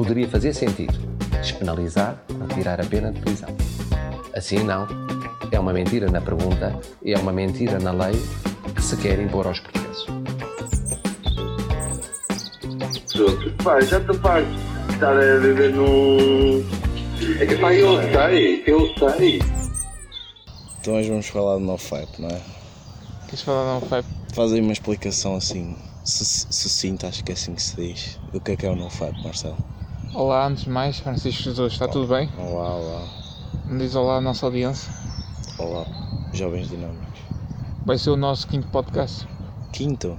poderia fazer sentido despenalizar ou tirar a pena de prisão. Assim não, é uma mentira na pergunta e é uma mentira na lei que se quer impor aos portugueses. Pá, já estou farto de estar a viver num... É que pá, eu sei. Então hoje vamos falar de NoFap, não é? Queres falar de NoFap? Faz aí uma explicação assim, sucinta, acho que é assim que se diz. Do que é o NoFap, Marcelo? Olá, antes de mais, Francisco Jesus, está tudo bem? Olá. Me diz olá à nossa audiência. Olá, jovens dinâmicos. Vai ser o nosso 5º podcast. Quinto?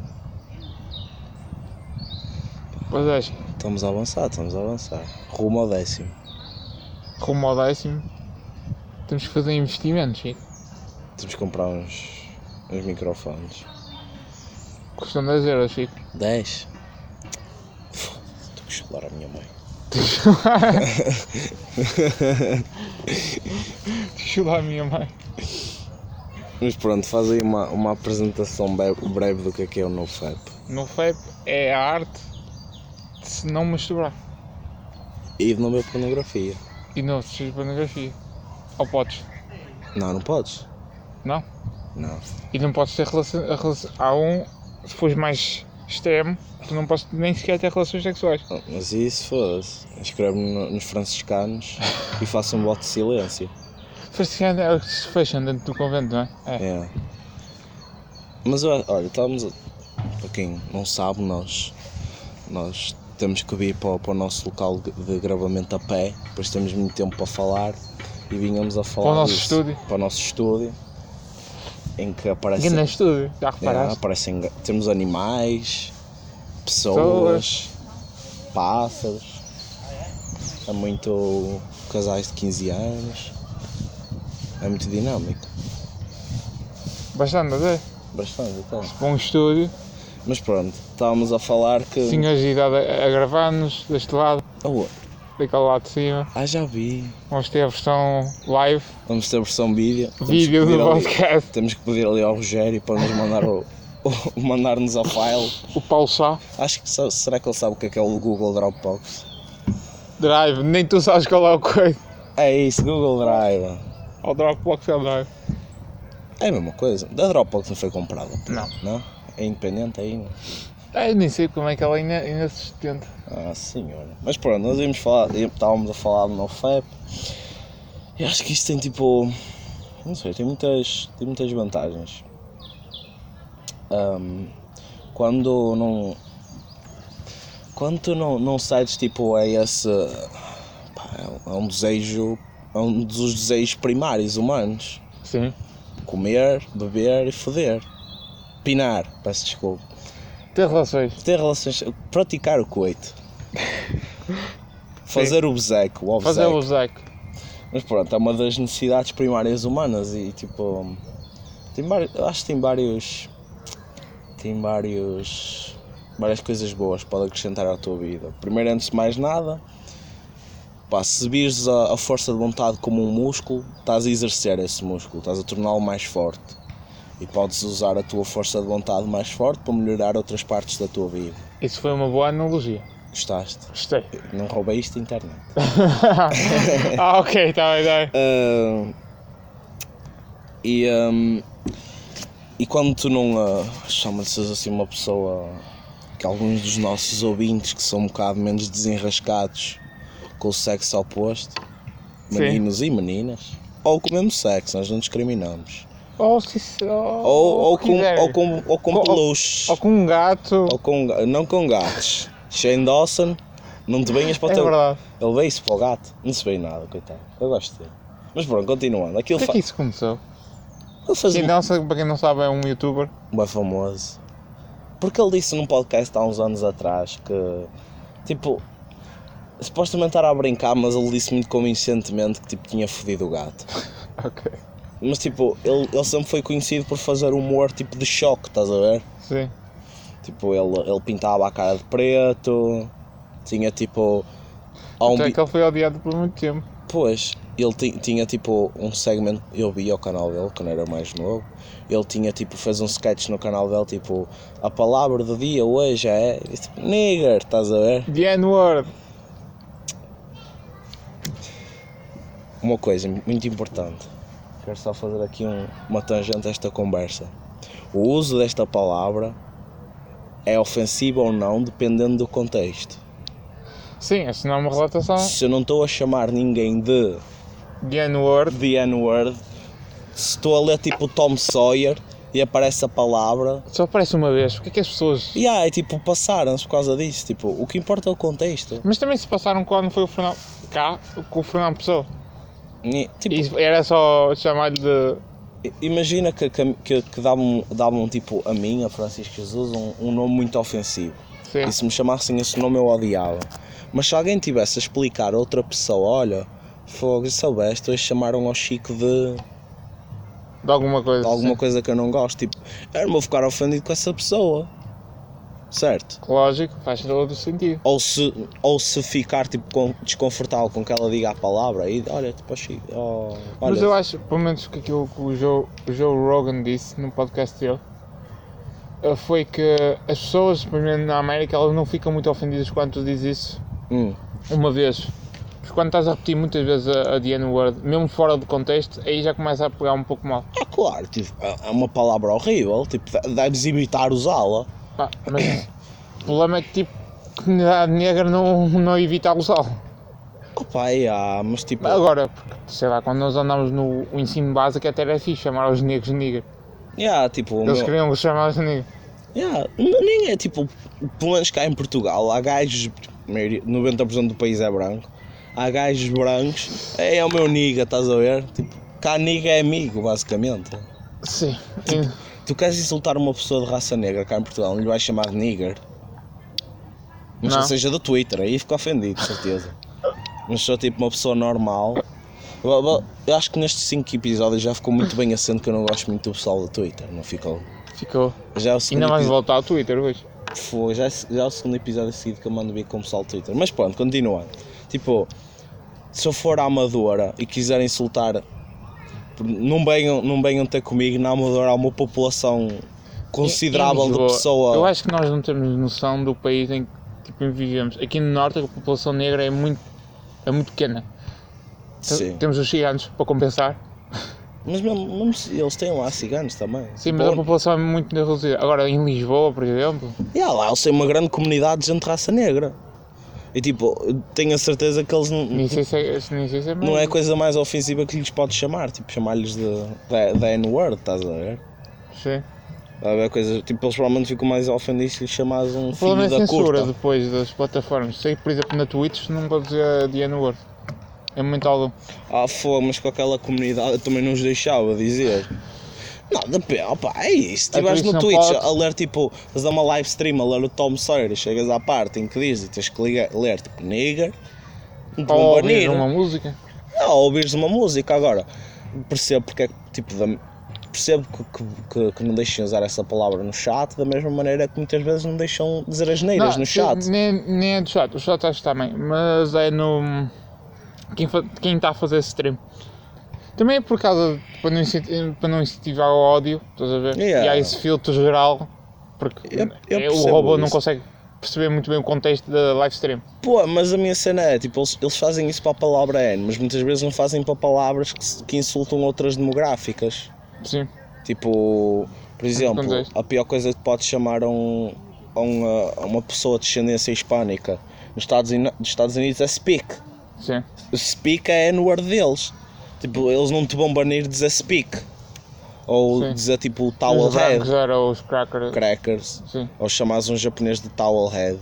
Pois é, Estamos a avançar. Rumo ao 10º. rumo ao 10º. Temos que fazer investimentos, Chico. Temos que comprar uns microfones. Custam 10 euros, Chico. 10? Estou a chorar a minha mãe. Deixa eu lá a minha mãe. Mas pronto, faz aí uma apresentação breve do que é o NoFap. NoFap é a arte de se não masturbar. E de não ver pornografia. E não assistir pornografia. Ou podes? Não podes. Não? Não. E não podes ter relação. Há um, depois mais extremo, tu não podes nem sequer ter relações sexuais. Mas isso, foda-se. Inscreve-me nos franciscanos e faça um voto de silêncio. Franciscano é o que se fecham dentro do convento, não é? É. Mas olha, estamos. Para quem não sabe, nós temos que vir para o nosso local de gravamento a pé, depois temos muito tempo para falar e vinhamos a falar para o nosso disso, estúdio. Para o nosso estúdio, em que aparecem. Grande estúdio, já reparaste? Temos animais, pessoas, pássaros, há muito casais de 15 anos, é muito dinâmico. Bastante, até. Bastante, então. Bom estúdio. Mas pronto, estávamos a falar que... Senhores de idade a gravar-nos deste lado, daquele lado de cima. Já vi. Vamos ter a versão live. Vamos ter a versão vídeo. Vídeo do podcast. Temos que pedir ali ao Rogério para nos mandar mandar-nos a file. O Paulo Sá. Acho que será que ele sabe o que é o Google Dropbox? Drive, nem tu sabes qual é o coisa. É isso, Google Drive. O Dropbox é o Drive. É a mesma coisa. A Dropbox não foi comprada. Não? É independente ainda. Eu nem sei como é que ela ainda se sustenta. Senhora. Mas pronto, nós estávamos a falar do NoFap. Eu acho que isto tem tipo... Não sei, tem muitas vantagens. Quando tu não cederes tipo a esse... É um desejo... É um dos desejos primários humanos. Sim. Comer, beber e foder. Pinar, peço desculpa. Ter relações. Praticar o coito. Fazer o beseco, o obseco. Fazer o beseco. Mas pronto, é uma das necessidades primárias humanas e tipo... acho que tem várias coisas boas que pode acrescentar à tua vida. Primeiro, antes de mais nada, se vires a força de vontade como um músculo, estás a exercer esse músculo, estás a torná-lo mais forte. E podes usar a tua força de vontade mais forte para melhorar outras partes da tua vida. Isso foi uma boa analogia. Gostaste? Gostei. Não roubei isto da internet. Ok, está bem. E quando tu não chama-te assim uma pessoa que alguns dos nossos ouvintes que são um bocado menos desenrascados com o sexo oposto, meninos e meninas, ou com o mesmo sexo, nós não discriminamos. Ou com peluches. Ou com um gato. Não com gatos. Shane Dawson, não te venhas para o teu... É verdade. Ele veio-se para o gato. Não se veio nada, coitado. Eu gosto dele. Mas pronto, continuando. Por que isso começou? Shane Dawson, para quem não sabe, é um youtuber. Bem famoso. Porque ele disse num podcast há uns anos atrás que... Tipo... Supostamente estava a brincar, mas ele disse muito convincentemente que tipo, tinha fodido o gato. Ok. Mas tipo, ele sempre foi conhecido por fazer humor tipo de choque, estás a ver? Sim. Tipo, ele pintava a cara de preto, tinha tipo... Até que ele foi odiado por muito tempo. Pois, ele tinha tipo um segmento, eu vi ao canal dele quando era mais novo, ele tinha tipo, fez um sketch no canal dele, tipo, a palavra do dia hoje é tipo, nigger, estás a ver? The N-word. uma coisa muito importante. Quero só fazer aqui uma tangente a esta conversa. O uso desta palavra é ofensivo ou não, dependendo do contexto. Sim, assim não é uma relatação. Se eu não estou a chamar ninguém de The N-word. se estou a ler tipo Tom Sawyer e aparece a palavra... Só aparece uma vez. Porque é que as pessoas... É tipo, passaram-se por causa disso. Tipo, o que importa é o contexto. Mas também se passaram quando foi o Fernando... cá, com o Fernando Pessoa. Tipo, E era só chamar-lhe de... imagina que davam tipo a mim, a Francisco Jesus, um nome muito ofensivo. Sim. E se me chamassem esse nome eu odiava. Mas se alguém tivesse a explicar a outra pessoa, olha, fogo, soubeste, hoje chamaram ao Chico de alguma coisa. alguma coisa que eu não gosto. Tipo, eu não vou ficar ofendido com essa pessoa. Certo? Lógico, faz todo o sentido. Ou se ficar tipo, desconfortável com que ela diga a palavra, aí olha, tipo, Chico, olha. Mas eu acho, pelo menos que aquilo que o Joe Rogan disse no podcast dele, foi que as pessoas, primeiro na América, elas não ficam muito ofendidas quando tu dizes isso uma vez. Porque quando estás a repetir muitas vezes a The N-word, mesmo fora de contexto, aí já começa a pegar um pouco mal. Claro, tipo, é uma palavra horrível, tipo, deves evitar usá-la. Mas o problema é que tipo, a comunidade negra não evita usá-lo. Mas tipo... Agora, sei lá, quando nós andamos no ensino básico até era fixe chamar os negros negros. Tipo, Eles queriam chamar os negros. Nem é tipo, pelo menos cá em Portugal, há gajos, 90% do país é branco, há gajos brancos, é o meu niga, estás a ver? Tipo, cá niga é amigo, basicamente. Sim. Tipo, tu queres insultar uma pessoa de raça negra cá em Portugal, não lhe vais chamar de nigger? Mas não seja do Twitter, aí fico ofendido, de certeza. Mas sou tipo uma pessoa normal. Eu acho que nestes 5 episódios já ficou muito bem assente que eu não gosto muito do pessoal do Twitter, não ficou? Ficou. Já ainda mais voltar ao Twitter hoje. Foi, já é o segundo episódio seguido que eu mando vir com o pessoal do Twitter. Mas pronto, continuando. Tipo, se eu for à Amadora e quiser insultar, não venham ter comigo. Na Amadora há uma população considerável de pessoa. Eu acho que nós não temos noção do país em que vivemos. Aqui no Norte a população negra é muito pequena. Sim. Temos os ciganos para compensar. Mas mesmo eles têm lá ciganos também. Sim, mas a população é muito reduzida. Agora em Lisboa, por exemplo... lá eles têm uma grande comunidade de gente de raça negra. E tipo, tenho a certeza que eles não é a coisa mais ofensiva que lhes pode chamar. Tipo, chamar-lhes de N-word, estás a ver? Sim. É coisa, tipo, eles provavelmente ficam mais ofendidos se lhes chamares um filho da curta. O problema é a censura depois das plataformas. Sei que, por exemplo, na Twitch não pode dizer The N-word. É muito algum. Mas com aquela comunidade eu também não os deixava dizer. Não, depende, é isso. Se estiveres no Twitch a ler, tipo, a uma live stream a ler o Tom Sawyer e chegas à parte em que diz e tens que ler, tipo, nigger, ou ouvires uma música. Não, ouvires uma música. Agora, percebo porque é que, tipo, percebo que não deixem usar essa palavra no chat, da mesma maneira que muitas vezes não deixam dizer as neiras no chat. Nem é do chat, o chat acho que também, mas é no... Quem está a fazer esse stream. Também é por causa para não incentivar o ódio, estás a ver? E há esse filtro geral, porque o robô não consegue perceber muito bem o contexto da live stream. Mas a minha cena é, tipo, eles fazem isso para a palavra N, mas muitas vezes não fazem para palavras que insultam outras demográficas. Sim. Tipo, por exemplo, a pior coisa que podes chamar a uma pessoa de descendência hispânica nos Estados Unidos é speak. Sim. Speak é a N-word deles. Tipo, eles não te vão banir dizer speak. Ou sim. Dizer tipo towel head. Eram os crackers. Sim. Ou chamares um japonês de towel head.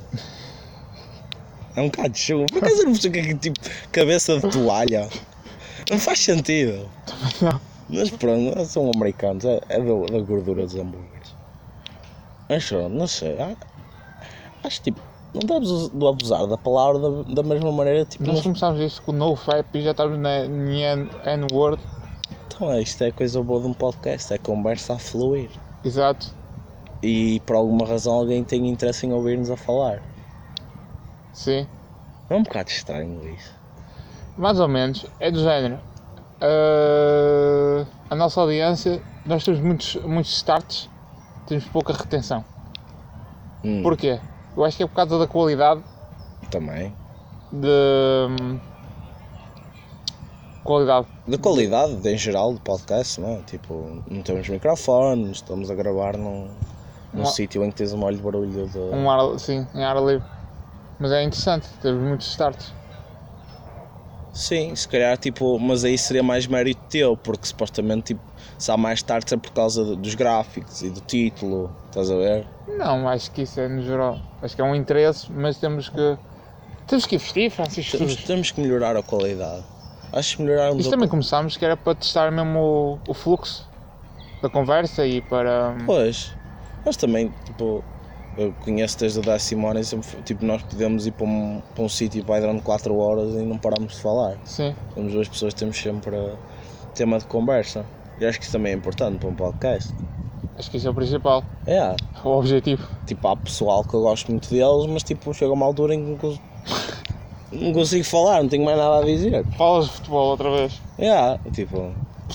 É um bocado chulo. Por acaso eu não percebo o que é tipo cabeça de toalha. Não faz sentido. Não. Mas pronto, são americanos. É da gordura dos hambúrgueres. Mas não sei. Acho tipo. Não deves abusar da palavra da mesma maneira. Tipo, nós começámos isso com o NoFap e já estamos na N-word. Então isto é coisa boa de um podcast, é conversa a fluir. Exato. E por alguma razão alguém tem interesse em ouvir-nos a falar. Sim. É um bocado estranho isso. Mais ou menos, é do género. A nossa audiência, nós temos muitos starts, temos pouca retenção. Porquê? Eu acho que é por causa da qualidade também Qualidade. Da qualidade, em geral, do podcast, não é? Tipo, não temos microfones, estamos a gravar num sítio em que tens um molho de barulho Em ar livre. Mas é interessante, temos muitos starts. Sim, se calhar, tipo, mas aí seria mais mérito teu, porque supostamente, tipo, se há mais starts é por causa dos gráficos e do título, estás a ver? Não, acho que isso é no geral. Acho que é um interesse, mas temos que investir, Francisco. Temos que melhorar a qualidade. Acho que melhorarmos. Isto também começámos que era para testar mesmo o fluxo da conversa e para. Pois, mas também, tipo, eu conheço desde o décimo ano e sempre, tipo, nós podemos ir para um sítio para ir durante 4 horas e não paramos de falar. Sim. Somos duas pessoas que temos sempre tema de conversa. E acho que isso também é importante para um podcast. Acho que isso é o principal. É. O objetivo. Tipo, há pessoal que eu gosto muito deles, mas tipo, chega uma altura em que não consigo falar, não tenho mais nada a dizer. Falas de futebol outra vez. Tipo...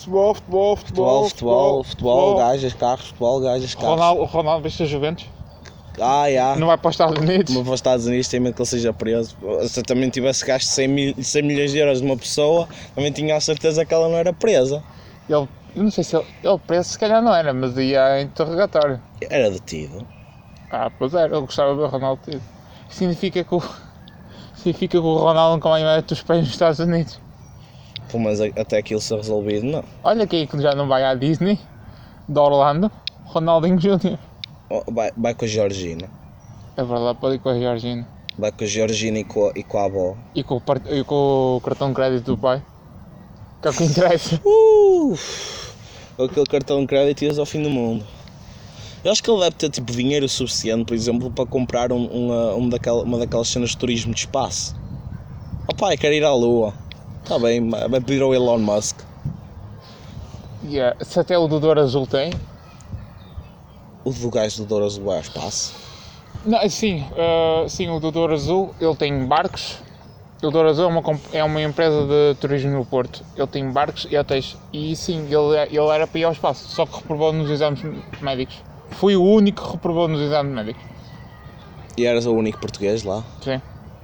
Futebol, gajas, carros, carros. O Ronaldo veste a Juventus. Não vai para os Estados Unidos. Não vai para os Estados Unidos, tem medo que ele seja preso. Se eu também tivesse gasto 100 milhões de euros de uma pessoa, também tinha a certeza que ela não era presa. Eu não sei se ele preso, se calhar não era, mas ia em interrogatório. Era detido. Pois era, eu gostava de ver o Ronaldo detido. Significa que o Ronaldo nunca mais mete os pés nos Estados Unidos. Mas até aquilo ser resolvido, não. Olha quem é que já não vai à Disney, de Orlando, Ronaldinho Júnior. Vai com a Georgina. É verdade, pode ir com a Georgina. Vai com a Georgina e com a avó. E com o cartão de crédito do pai. Que é o que interessa. Aquele cartão de crédito ias ao fim do mundo. Eu acho que ele deve ter tipo dinheiro suficiente, por exemplo, para comprar uma daquelas cenas de turismo de espaço. Pai, quero ir à Lua. Está bem, vai pedir ao Elon Musk. Se até o do Douro Azul tem. O do gajo do Douro Azul vai ao espaço? Não, sim, o do Douro Azul, ele tem barcos. O Douro Azul é uma empresa de turismo no Porto. Ele tem barcos e hotéis. E sim, ele era para ir ao espaço, só que reprovou nos exames médicos. Fui o único que reprovou nos exames médicos. E eras o único português lá? Sim.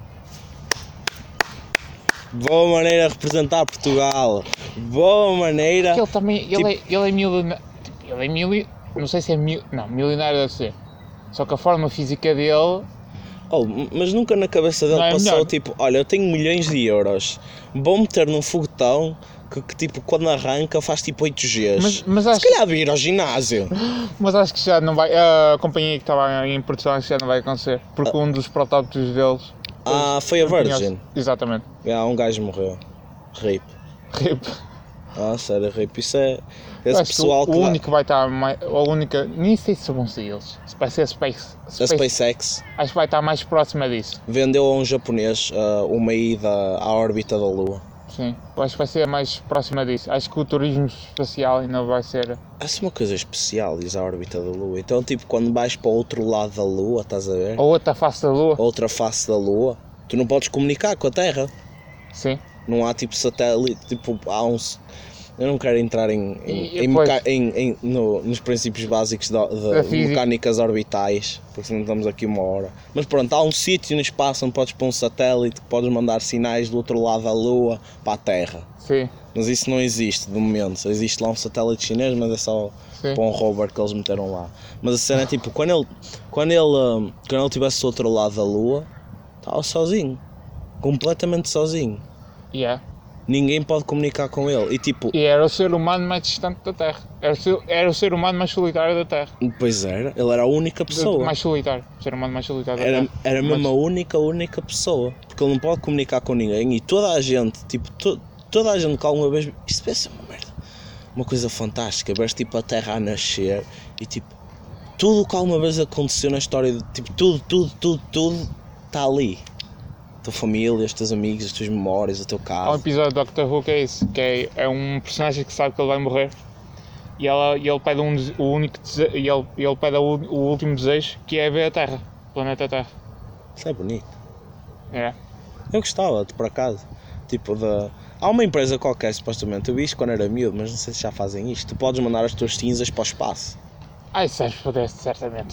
Boa maneira de representar Portugal. Boa maneira. Porque ele também, ele é milionário. Não sei se é milionário deve ser. Só que a forma física dele... mas nunca na cabeça dele passou melhor. Tipo, olha, eu tenho milhões de euros, vou meter num foguetão que tipo, quando arranca faz tipo 8 Gs. Mas se calhar vir ao ginásio. Mas acho que já não vai, a companhia que estava em produção acho que já não vai acontecer, porque um dos protótipos deles... foi a Virgin. Exatamente. Um gajo morreu. RIP. Sério, RIP. Isso é... Esse pessoal que o único que vai estar mais... A única... Nem sei se vão ser eles. Vai ser a SpaceX. Acho que vai estar mais próxima disso. Vendeu a um japonês uma ida à órbita da Lua. Sim, acho que vai ser a mais próxima disso. Acho que o turismo espacial ainda vai ser... Acho uma coisa especial, diz a órbita da Lua. Então, tipo, quando vais para o outro lado da Lua, estás a ver? A outra face da Lua. Outra face da Lua. Tu não podes comunicar com a Terra. Sim. Não há, tipo, satélite, tipo, há uns... Eu não quero entrar nos princípios básicos de mecânicas orbitais, porque senão estamos aqui 1 hora. Mas pronto, há um sítio no espaço onde podes pôr um satélite, que podes mandar sinais do outro lado da Lua para a Terra. Sim. Mas isso não existe de momento. Só existe lá um satélite chinês, mas é só para um rover que eles meteram lá. Mas a cena é tipo, quando ele estivesse do outro lado da Lua, estava sozinho. Completamente sozinho. Ninguém pode comunicar com ele. E era o ser humano mais distante da Terra. Era o ser humano mais solitário da Terra. Pois era, ele era a única pessoa. Mais solitário. O ser humano mais solitário da Terra. Era mesmo a única pessoa. Porque ele não pode comunicar com ninguém. E toda a gente, tipo, toda a gente que alguma vez... Isto deve ser uma merda. Uma coisa fantástica. Vês tipo a Terra a nascer e tipo... Tudo o que alguma vez aconteceu na história, tipo, tudo está ali. A tua família, os teus amigos, as tuas memórias, o teu carro. Há um episódio do Doctor Who que é isso, que é um personagem que sabe que ele vai morrer e ele pede ele pede o último desejo, que é ver a Terra, o planeta Terra. Isso é bonito. É. Eu gostava, por acaso, tipo Há uma empresa qualquer, supostamente, eu vi isto quando era miúdo, mas não sei se já fazem isto. Tu podes mandar as tuas cinzas para o espaço. Isso é pudesse, certamente.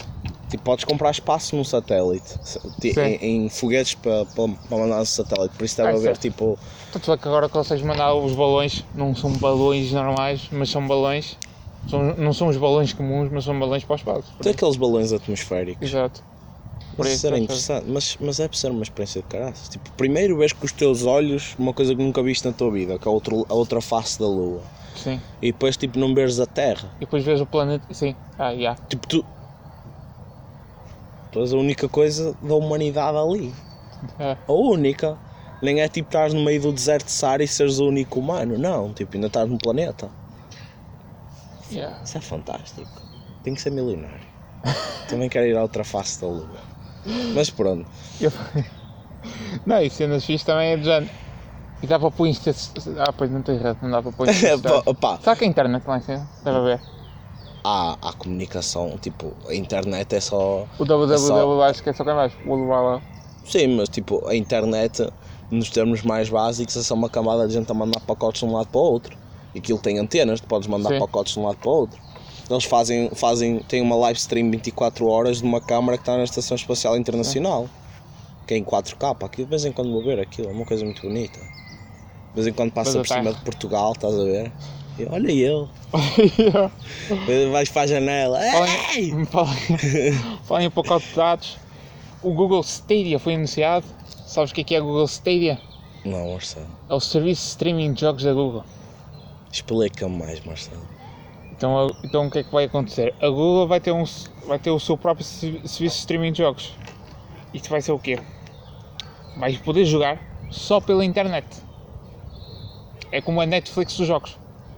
Tipo, podes comprar espaço num satélite, em foguetes para mandar no satélite, por isso deve haver tipo... Tanto é que agora consegues mandar os balões, não são balões normais, mas são balões, não são os balões comuns, mas são balões para o espaço. Tem aqueles balões atmosféricos. Exato. Isso era interessante, mas deve ser uma experiência de caraças. Tipo, primeiro vês com os teus olhos uma coisa que nunca viste na tua vida, que é a outra face da Lua. Sim. E depois tipo não vês a Terra. E depois vês o planeta, sim, Tipo, tu és a única coisa da humanidade ali. A única. Nem é tipo estás no meio do deserto de Saara e seres o único humano. Não, tipo, ainda estás no planeta. Isso é fantástico. Tem que ser milionário. Também quero ir à outra face da Lua. Mas pronto. Não, e cenas fixe também é de género. E dá para pôr Insta. Pois não tens rede, não dá para pôr Insta. Será que a internet lá em cima? Deve haver. Há comunicação, tipo, a internet é só... O www acho que é só quem mais. Sim, mas tipo, a internet, nos termos mais básicos, é só uma camada de gente a mandar pacotes de um lado para o outro. E aquilo tem antenas, tu podes mandar pacotes de um lado para o outro. Eles têm uma live stream 24 horas de uma câmara que está na Estação Espacial Internacional. Que é em 4K, aqui de vez em quando vou ver aquilo, é uma coisa muito bonita. De vez em quando passa por cima de Portugal, estás a ver? E olha eu. Vais para a janela. Falem em pacote de dados. O Google Stadia foi anunciado. Sabes o que é o Google Stadia? Não, Marcelo. É o serviço de streaming de jogos da Google. Explica-me mais, Marcelo. Então o que é que vai acontecer? A Google vai ter o seu próprio serviço de streaming de jogos. Isto vai ser o quê? Vais poder jogar só pela internet. É como a Netflix dos jogos.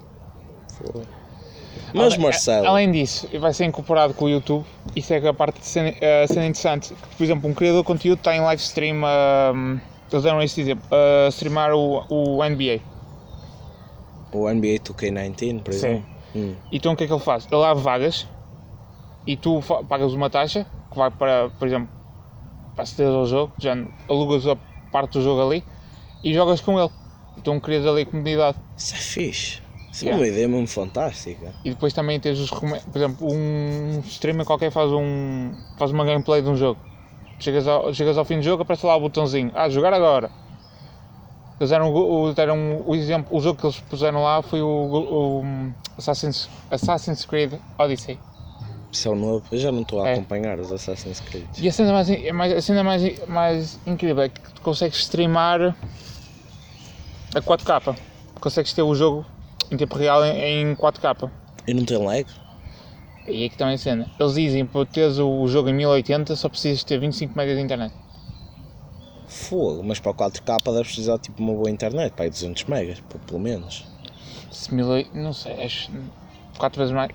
Mas Marcelo... Além disso, vai ser incorporado com o YouTube. Isso é a parte de ser interessante. Por exemplo, um criador de conteúdo está em live stream, eles deram esse exemplo, a streamar o NBA. O NBA 2K19, por exemplo? Sim. Então o que é que ele faz? Ele abre vagas e tu pagas uma taxa que vai para, por exemplo, para aceder ao jogo, já alugas a parte do jogo ali e jogas com ele. Então crias ali a comunidade. Isso é fixe. Isso é uma ideia mesmo fantástica. E depois também tens por exemplo, um streamer qualquer faz uma gameplay de um jogo. Chegas ao fim do jogo, aparece lá o botãozinho, jogar agora. Eles deram o exemplo, o jogo que eles puseram lá foi o Assassin's Creed Odyssey. Isso é o novo, eu já não estou a acompanhar os Assassin's Creed. E a cena mais incrível é que tu consegues streamar a 4K. Consegues ter o jogo em tempo real em 4K. E não tem lag? E aqui também a cena. Eles dizem que para teres o jogo em 1080 só precisas ter 25 MB de internet. Fogo, mas para o 4K deve precisar tipo uma boa internet, para aí 200 MB, pelo menos. Não sei, acho 4 vezes mais.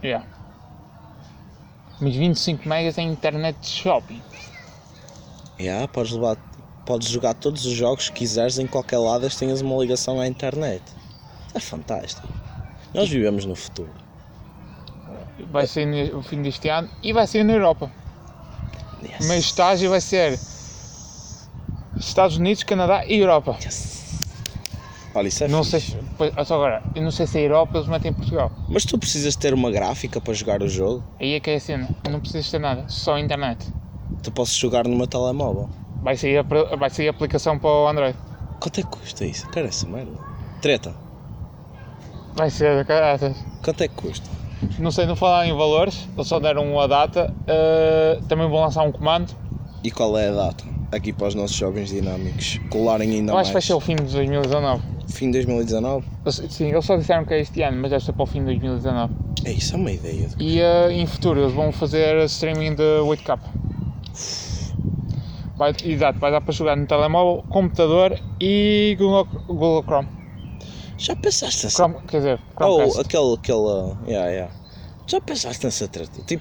Mas 25 MB em internet de shopping. Podes jogar todos os jogos que quiseres em qualquer lado, desde que tenhas uma ligação à internet. Isso é fantástico. Nós vivemos no futuro. Vai ser no fim deste ano e vai ser na Europa. Yes. O meu estágio vai ser Estados Unidos, Canadá e Europa. Yes. Olha, isso é não fixe. sei, só agora, eu não sei se a Europa eles metem em Portugal. Mas tu precisas ter uma gráfica para jogar o jogo? Aí é que é a cena, não precisas ter nada, só a internet. Tu podes jogar no meu telemóvel. Vai sair a aplicação para o Android. Quanto é que custa isso? Quero essa merda. Treta. Vai ser, caraças. Quanto é que custa? Não sei, não falaram em valores, eles só deram a data. Também vão lançar um comando. E qual é a data? Aqui para os nossos jovens dinâmicos colarem ainda mais. Eu acho que vai ser o fim de 2019. Fim de 2019? Sim, eles só disseram que é este ano, mas deve ser para o fim de 2019. É isso, é uma ideia. E em futuro eles vão fazer streaming de 8K. Vai dar para jogar no telemóvel, computador e Google Chrome. Já pensaste nessa... Chrome, quer dizer, Chromecast. Já pensaste nessa treta? Tipo...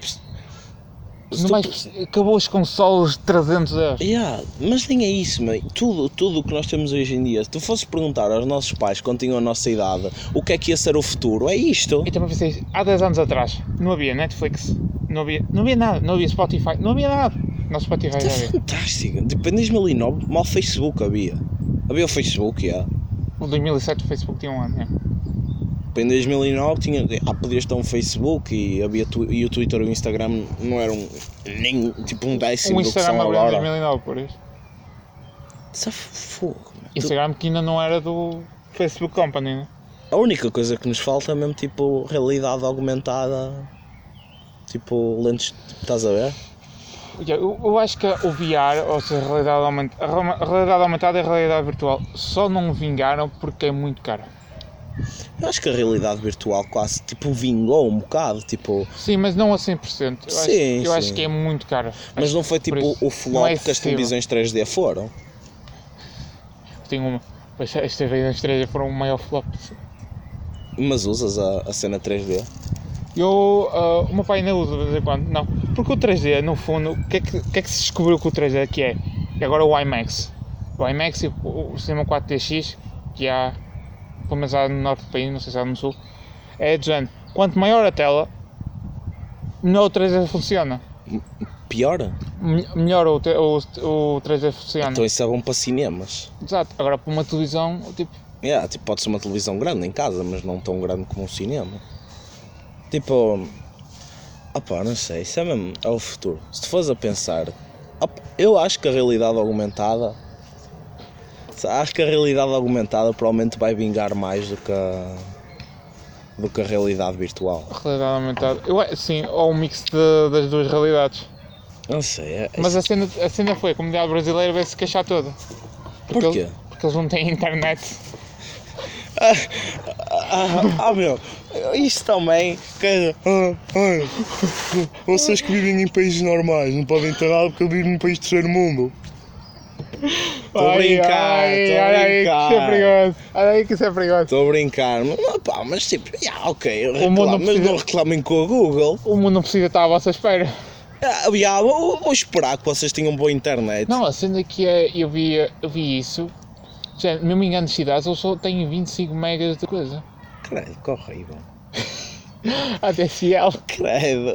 Acabou os consoles de 300 €. Mas nem é isso, mãe. Tudo o que nós temos hoje em dia, se tu fosses perguntar aos nossos pais, quando tinham a nossa idade, o que é que ia ser o futuro, é isto. Eu também pensei, há 10 anos atrás, não havia Netflix, não havia nada, não havia Spotify, não havia nada. No Spotify já havia. Fantástico. Tipo, em 2009, mal Facebook havia. Havia o Facebook, Em 2007 o Facebook tinha um ano, Tipo, em 2009 podias ter um Facebook e o Twitter e o Instagram não eram nem tipo um décimo do que são agora. O Instagram abriu em 2009, por isso. Isso é fogo. Instagram que ainda não era do Facebook Company, né? A única coisa que nos falta é mesmo tipo realidade aumentada, tipo lentes, estás a ver? Eu acho que o VR, ou seja, a realidade aumentada e a realidade virtual só não vingaram porque é muito caro. Eu acho que a realidade virtual quase tipo vingou um bocado, tipo... Sim, mas não a 100%. Eu acho que é muito caro. Mas não foi tipo o flop que as televisões 3D foram? Tenho uma. As televisões 3D foram o maior flop. Mas usas a cena 3D? O meu pai ainda usa de vez em quando, não. Porque o 3D, no fundo, o que é que se descobriu que o 3D que é? E agora o IMAX. O IMAX e o cinema 4DX, que há, pelo menos há no norte do país, não sei se há no sul, é de género. Quanto maior a tela, melhor o 3D funciona. Pior? Melhor o 3D funciona. Então isso é bom para cinemas. Exato. Agora para uma televisão, tipo... Tipo, pode ser uma televisão grande em casa, mas não tão grande como um cinema. Tipo... não sei, isso é mesmo, é o futuro. Se tu fores a pensar... eu acho que a realidade aumentada... Acho que a realidade aumentada provavelmente vai vingar mais do que a realidade virtual. A realidade aumentada... sim, ou um mix das duas realidades. Não sei, Mas a cena foi, a comunidade brasileira vai se queixar toda. Porquê? Porque eles não têm internet. Meu, isto também, vocês que vivem em países normais não podem ter nada porque eu vivo num país de terceiro mundo. Estou a brincar. Olha aí que isso é perigoso. Estou a brincar, mas tipo, ok, mas não reclamem com a Google. O mundo não precisa estar à vossa espera. Vou esperar que vocês tenham boa internet. Não, a cena que é, eu vi isso, já, mesmo em grandes cidades, eu só tenho 25 megas de coisa. Credo, que horrível. ADSL. Credo.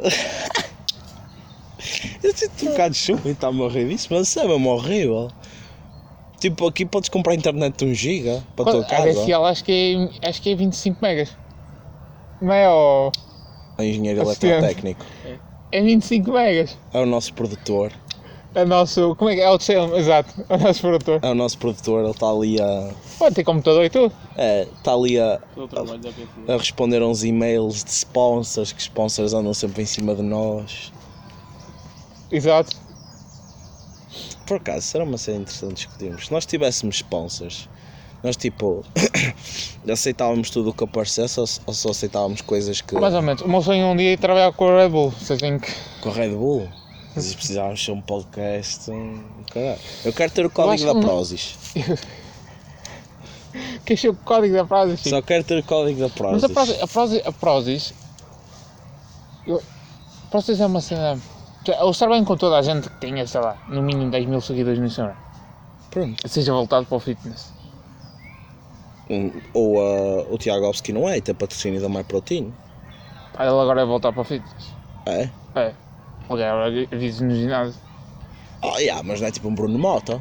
Eu sinto um bocado de chuva e está-me a rir disso, mas isso é mesmo horrível. Tipo, aqui podes comprar internet de 1 GB para a tua casa. ADSL acho que é 25 megas. Não é o... Engenheiro eletrotécnico. É 25 megas. É o nosso produtor. É o nosso... Como é que é? Exato. É o nosso produtor. É o nosso produtor, ele está ali a... Pode ter computador e tudo. Está ali a responder a uns e-mails de sponsors, que sponsors andam sempre em cima de nós. Exato. Por acaso, será uma cena interessante discutirmos. Se nós tivéssemos sponsors, nós tipo aceitávamos tudo o que aparecesse ou só aceitávamos coisas que... Mais ou menos. O meu sonho um dia é trabalhar com a Red Bull. Vocês têm que... Com a Red Bull? Mas precisávamos ser um podcast... Caralho. Eu quero ter o código da Prozis. Queres ter o código da Prozis? Só quero ter o código da Prozis. Mas a Prozis é uma cena... Eu estar bem com toda a gente que tenha, sei lá, no mínimo 10 mil seguidores no Instagram. Pronto. Seja voltado para o fitness. O Tiagovski não é, tem patrocínio da MyProtein. Ele agora é voltar para o fitness. É? É. Agora vive no ginásio. Mas não é tipo um Bruno Mota.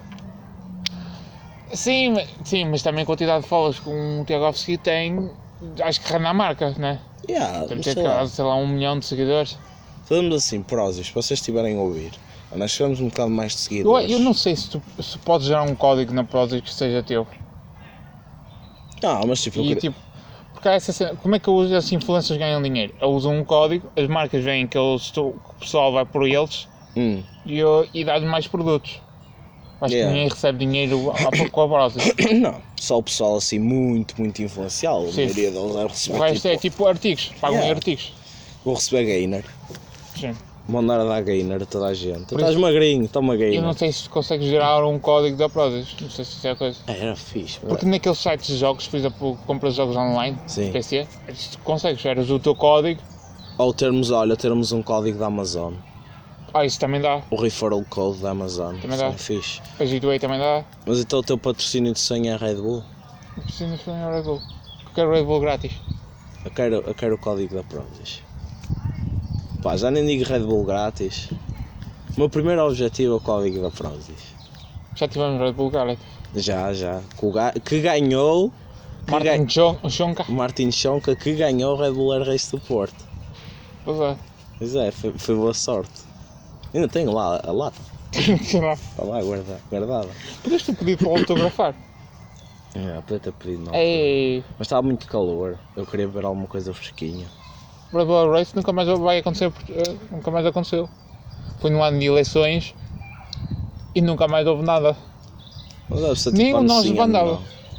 Sim, mas também a quantidade de followers que um Tiagovski tem, acho que rende a marca, não é? Deve ter, sei lá, 1 milhão de seguidores. Fazemos assim, Prozis, se vocês estiverem a ouvir, nós chegamos um bocado mais de seguidores. Eu não sei se podes gerar um código na Prozis que seja teu. Não, mas tipo... Porque há essa cena, como é que as influencers ganham dinheiro? Eles usam um código, as marcas veem que o pessoal vai por eles e dá-lhes mais produtos. Acho que ninguém recebe dinheiro com a Prozis. Não, só o pessoal assim muito influencial. A maioria deles vai receber. O resto é tipo artigos, pagam em artigos. Vou receber gainer. Sim. Mandar a dar gainer a toda a gente. Estás magrinho, toma gainer. Eu não sei se consegues gerar um código da Prozis, não sei se isso é a coisa. Era fixe. Porque naqueles sites de jogos, por exemplo, compras jogos online, PC, consegues, geras o teu código. Ou termos um código da Amazon. Isso também dá. O referral code da Amazon. Também dá. É fixe. A G2A também dá. Mas então o teu patrocínio de sonho é Red Bull? O patrocínio de sonho é Red Bull. Eu quero Red Bull grátis. Eu quero o código da Prozis. Já nem digo Red Bull grátis. O meu primeiro objetivo é o código da Prozis. Já tivemos Red Bull grátis? Já. Que ganhou Martin Schonka que ganhou o Red Bull Air Race do Porto. Pois é, foi boa sorte. Ainda tenho lá a lata. Está lá guardada. Podias ter pedido para autografar. Podia ter pedido não. Ei. Mas estava muito calor. Eu queria ver alguma coisa fresquinha. O Red Bull Race nunca mais vai acontecer, nunca mais aconteceu. Foi no ano de eleições e nunca mais houve nada. Nem o nós bandava.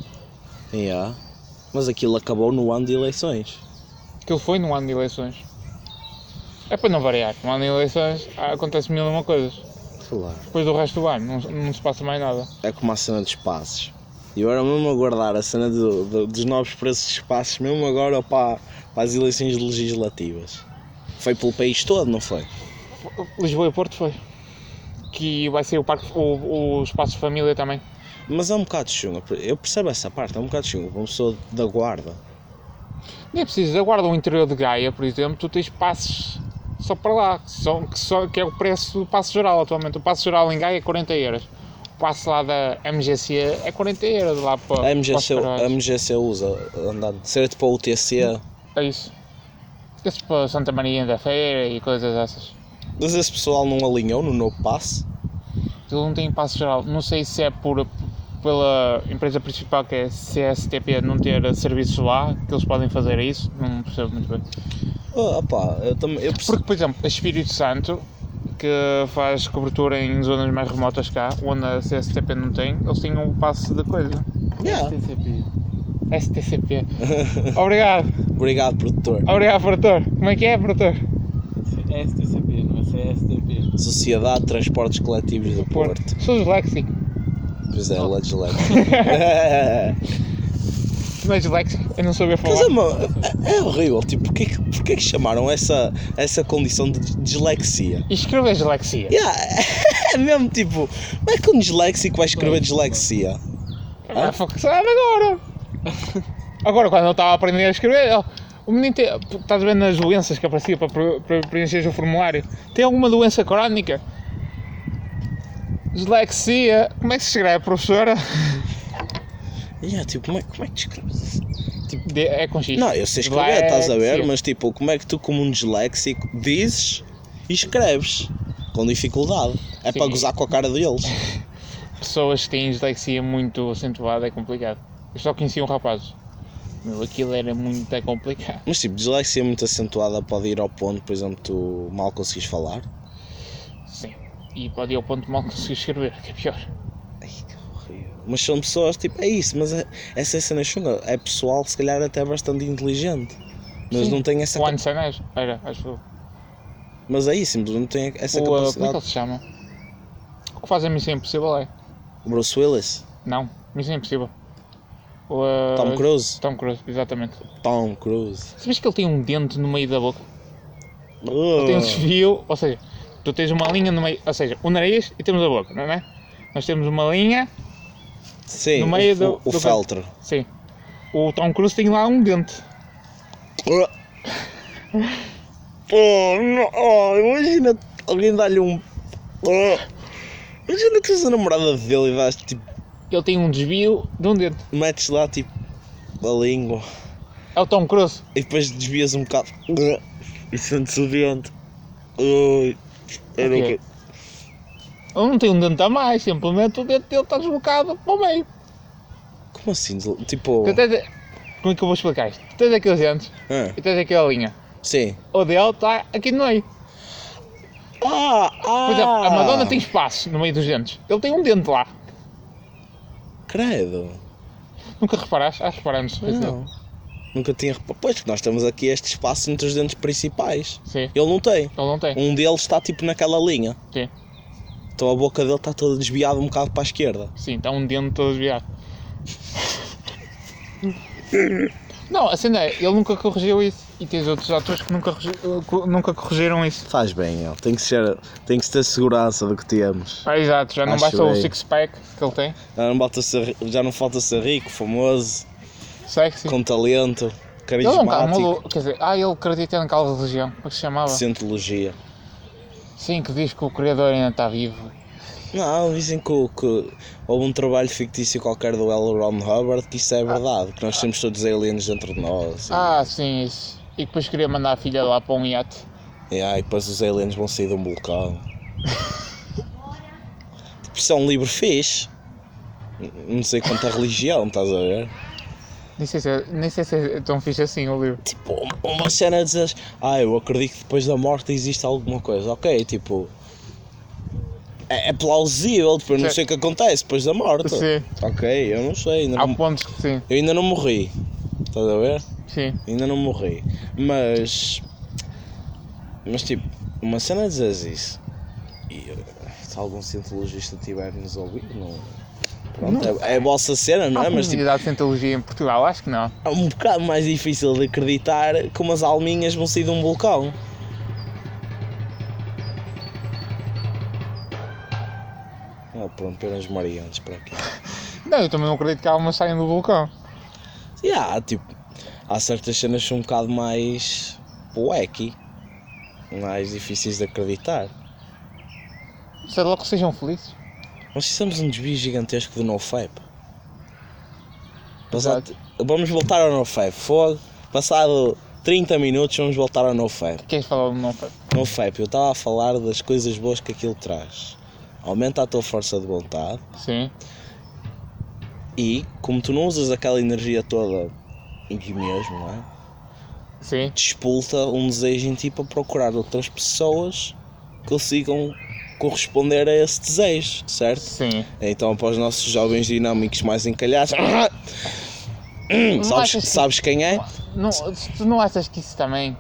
Mas aquilo acabou no ano de eleições. Aquilo foi no ano de eleições. É para não variar. No ano de eleições acontece mil e uma coisas. Claro. Depois do resto do ano não se passa mais nada. É como a cena dos passos. E eu era mesmo a guardar a cena dos novos preços de espaços, mesmo agora para as eleições legislativas. Foi pelo país todo, não foi? Lisboa e Porto foi. Que vai ser o espaço de família também. Mas é um bocado chunga, eu percebo essa parte, é um bocado chunga, uma pessoa da guarda. Nem é preciso, da guarda o interior de Gaia, por exemplo, tu tens passos só para lá, que é o preço do passo geral atualmente. O passo geral em Gaia é 40 euros. O passo lá da MGC é 40 euros lá para... A MGC usa, andando, certo para o UTC. É isso. Esse para Santa Maria da Feira e coisas dessas. Mas esse pessoal não alinhou no novo passo? Ele não tem passo geral, não sei se é pela empresa principal que é CSTP não ter serviços lá, que eles podem fazer isso, não percebo muito bem. Eu percebo. Porque, por exemplo, a Espírito Santo, que faz cobertura em zonas mais remotas cá, onde a CSTP não tem, eles têm um passo de coisa. STCP. Obrigado, produtor. Obrigado, produtor. Como é que é, produtor? É STCP, não é CSTP. Sociedade de Transportes Coletivos do Porto. Sou disléxico. Pois é, disléxico. Não é disléxico, eu não soube falar. Mas é horrível, tipo, porquê que chamaram essa condição de dislexia? E escrever dislexia? É mesmo tipo, como é que um disléxico vai escrever dislexia? Sabe agora! Agora, quando eu estava a aprender a escrever, o menino tem, estás a ver nas doenças que aparecia para preencher o formulário, tem alguma doença crónica? Dislexia, como é que se escreve, professora? Tipo, como é que te escreves? Tipo, é com X. Não, eu sei escrever, estás a ver, mas tipo, como é que tu como um disléxico dizes e escreves? Com dificuldade. É para gozar com a cara deles. Pessoas que têm dislexia muito acentuada é complicado. Eu só conhecia um rapaz. Aquilo era muito complicado. Mas tipo, dislexia muito acentuada pode ir ao ponto, por exemplo, tu mal conseguires falar? Sim. E pode ir ao ponto de mal conseguir escrever, que é pior. Ai, que horrível. Mas são pessoas, tipo, é isso, mas essa cena chunga. É pessoal, se calhar até bastante inteligente. Mas não tem essa... O Einstein era, acho eu. Mas é isso, não tem essa capacidade. Como é que ele se chama? O que faz a Missão Impossível é? O Bruce Willis? Não, Missão Impossível. Tom Cruise? Tom Cruise, exatamente. Tom Cruise. Sabes que ele tem um dente no meio da boca? Ele tem um desvio, ou seja, tu tens uma linha no meio, ou seja, o nariz e temos a boca, não é? Nós temos uma linha no meio do feltro. Sim. O Tom Cruise tem lá um dente. Imagina alguém dar-lhe um... Imagina que és a namorada dele e dás tipo... Ele tem um desvio de um dente. Metes lá tipo a língua. É o Tom Cruise. E depois desvias um bocado e sentes o dente. Ele não tem um dente a mais, simplesmente o dente dele está deslocado para o meio. Como assim? Tipo... Como é que eu vou explicar isto? Tu tens aqueles dentes e tens aquela linha. Sim. O dele está aqui no meio. Por exemplo, a Madonna tem espaço no meio dos dentes. Ele tem um dente lá. Credo. Nunca reparaste? Reparamos. Não. Nunca tinha reparado. Pois, que nós temos aqui este espaço entre os dentes principais. Sim. Ele não tem. Um deles está tipo naquela linha. Sim. Então a boca dele está toda desviada um bocado para a esquerda. Sim, está um dente todo desviado. Não, a cena é, ele nunca corrigiu isso. E tens outros atores que nunca corrigiram isso. Faz bem, ele. Tem que ter segurança do que temos. Exato, já não basta o six-pack que ele tem. Já não falta ser rico, famoso, sexy, com talento, carismático. Quer dizer, ele acredita naquela religião, como é que se chamava? Cientologia. Sim, que diz que o Criador ainda está vivo. Não, dizem que houve um trabalho fictício qualquer do L. Ron Hubbard que isso é verdade, que nós temos todos aliens dentro de nós. Sim, isso. E depois queria mandar a filha lá para um iate. E depois os aliens vão sair de um vulcão. Tipo, isso é um livro fixe. Não sei quanto a religião, estás a ver? Nem sei se é tão fixe assim o livro. Tipo, uma cena dizes, eu acredito que depois da morte existe alguma coisa. Ok, tipo... É plausível, depois não sei o que acontece depois da morte. Sim. Ok, eu não sei. Há pontos que sim. Eu ainda não morri. Estás a ver? Sim. Ainda não morri. Mas tipo, uma cena dizes isso. E se algum cientologista tiver nos ouvido, não... Pronto, não. É a vossa cena, não é? Mas tipo, de cientologia em Portugal, acho que não. É um bocado mais difícil de acreditar que umas alminhas vão sair de um vulcão. Pronto, pelas Marianas para aqui. Não, eu também não acredito que há uma saiam do vulcão. Tipo, há certas cenas que são um bocado mais wacky, mais difíceis de acreditar. Sei lá que sejam felizes. Nós fizemos um desvio gigantesco do NoFap. Vamos voltar ao NoFap. Fogo. Passado 30 minutos vamos voltar ao NoFap. Queres falar do NoFap? NoFap, eu estava a falar das coisas boas que aquilo traz. Aumenta a tua força de vontade. Sim. E, como tu não usas aquela energia toda em ti mesmo, não é? Sim. Despolta um desejo em ti para procurar outras pessoas que consigam corresponder a esse desejo, certo? Sim. Então, para os nossos jovens dinâmicos mais encalhados... sabes quem é? Não, tu não achas que isso também...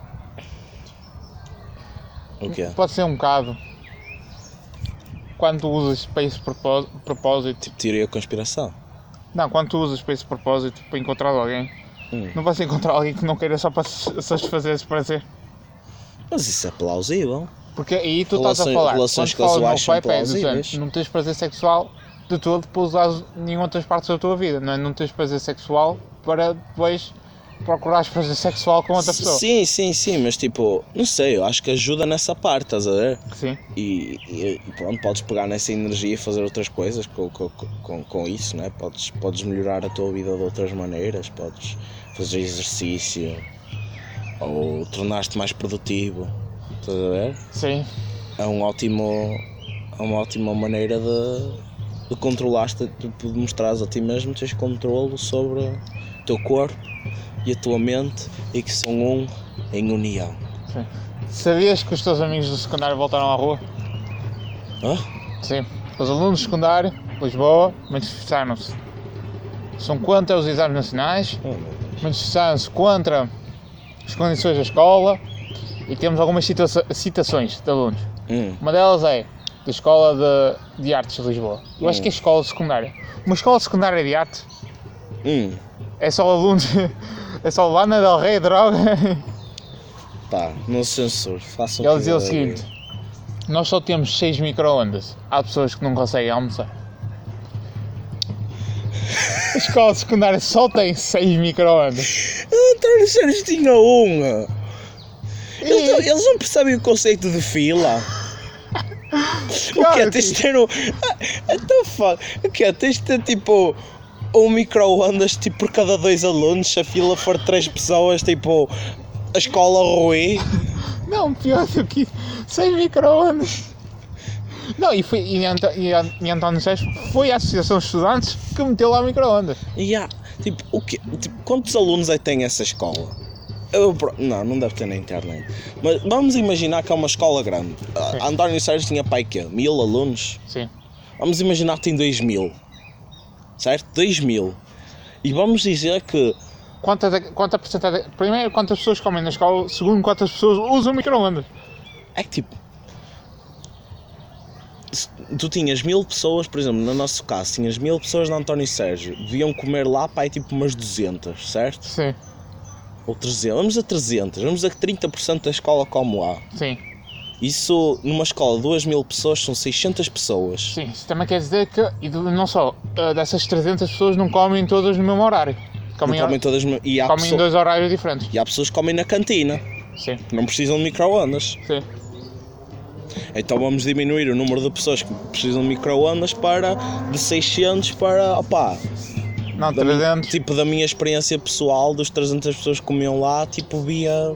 O quê? Pode ser um bocado... Quando tu usas para esse propósito... Tipo teoria da conspiração? Não, quando tu usas para esse propósito para encontrar alguém, não vais encontrar alguém que não queira só para satisfazer esse prazer. Mas isso é plausível. Porque aí tu estás a falar, relações casuais são plausíveis. Não tens prazer sexual de todo para usar em outras partes da tua vida, não é? Não tens prazer sexual para depois procurares prazer sexual com outra pessoa. Sim, mas tipo, não sei, eu acho que ajuda nessa parte, estás a ver? Sim. E pronto, podes pegar nessa energia e fazer outras coisas com isso, né? Podes melhorar a tua vida de outras maneiras, podes fazer exercício ou tornar-te mais produtivo, estás a ver? Sim. É uma ótima maneira de controlar-te, de mostrares a ti mesmo, tens controle sobre o teu corpo e a tua mente e que são um em união. Sim. Sabias que os teus amigos do secundário voltaram à rua? Sim. Os alunos do secundário de Lisboa manifestaram-se. São contra os exames nacionais, manifestaram-se contra as condições da escola e temos algumas citações de alunos. Uma delas é da Escola de Artes de Lisboa. Eu acho que é a escola secundária. Uma escola secundária de arte é só alunos... É só Lana Del Rey, droga. Pá, não censuro, façam. Ele dizia o seguinte: nós só temos 6 micro-ondas. Há pessoas que não conseguem almoçar. A escola secundária só tem 6 micro-ondas. António Sérgio tinha uma. Eles não percebem o conceito de fila. O que é? Tens de ter um... O que é? Tens de ter tipo... um micro-ondas tipo por cada 2 alunos, se a fila for 3 pessoas, tipo a escola ruim. Não, pior do que 6 micro-ondas. Não, e António Sérgio foi à Associação de Estudantes que meteu lá micro-ondas. Tipo, o quê? Tipo, quantos alunos é que tem essa escola? Não deve ter na internet. Mas vamos imaginar que é uma escola grande. António Sérgio tinha pai que 1000 alunos? Sim. Vamos imaginar que tem 2000. Certo? 2000. E vamos dizer que... Quanta porcentagem... Primeiro, quantas pessoas comem na escola. Segundo, quantas pessoas usam micro-ondas. É que tipo... Tu tinhas 1000 pessoas, por exemplo, no nosso caso, tinhas 1000 pessoas na António Sérgio. Deviam comer lá, pá, tipo umas 200, certo? Sim. Ou 300. Vamos a 300. Vamos a que 30% da escola come lá. Sim. Isso, numa escola de 2000 pessoas, são 600 pessoas. Sim, isso também quer dizer que, e não só, dessas 300 pessoas não comem todas no mesmo horário. Comem todas em 2 horários diferentes. E há pessoas que comem na cantina. Sim. Que não precisam de micro-ondas. Sim. Então vamos diminuir o número de pessoas que precisam de micro-ondas de 600 para, opá... Não, 300. Tipo, da minha experiência pessoal, dos 300 pessoas que comiam lá, tipo, via...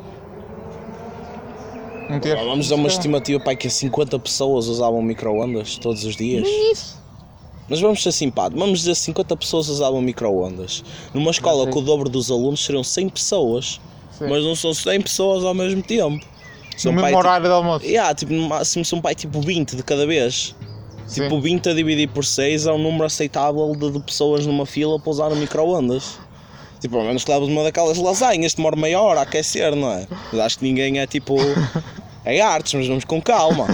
Vamos dar uma estimativa para que 50 pessoas usavam micro-ondas todos os dias. Isso. Mas vamos ser simpáticos, vamos dizer 50 pessoas usavam micro-ondas. Numa escola com o dobro dos alunos seriam 100 pessoas. Sim. Mas não são 100 pessoas ao mesmo tempo. No mesmo horário de almoço. Tipo, no máximo são pai tipo 20 de cada vez. Sim. Tipo 20 a dividir por 6 é um número aceitável de pessoas numa fila para usar o micro-ondas. Tipo, ao menos que levas uma daquelas lasanhas, demora meia hora a aquecer, não é? Mas acho que ninguém é tipo... É artes, mas vamos com calma.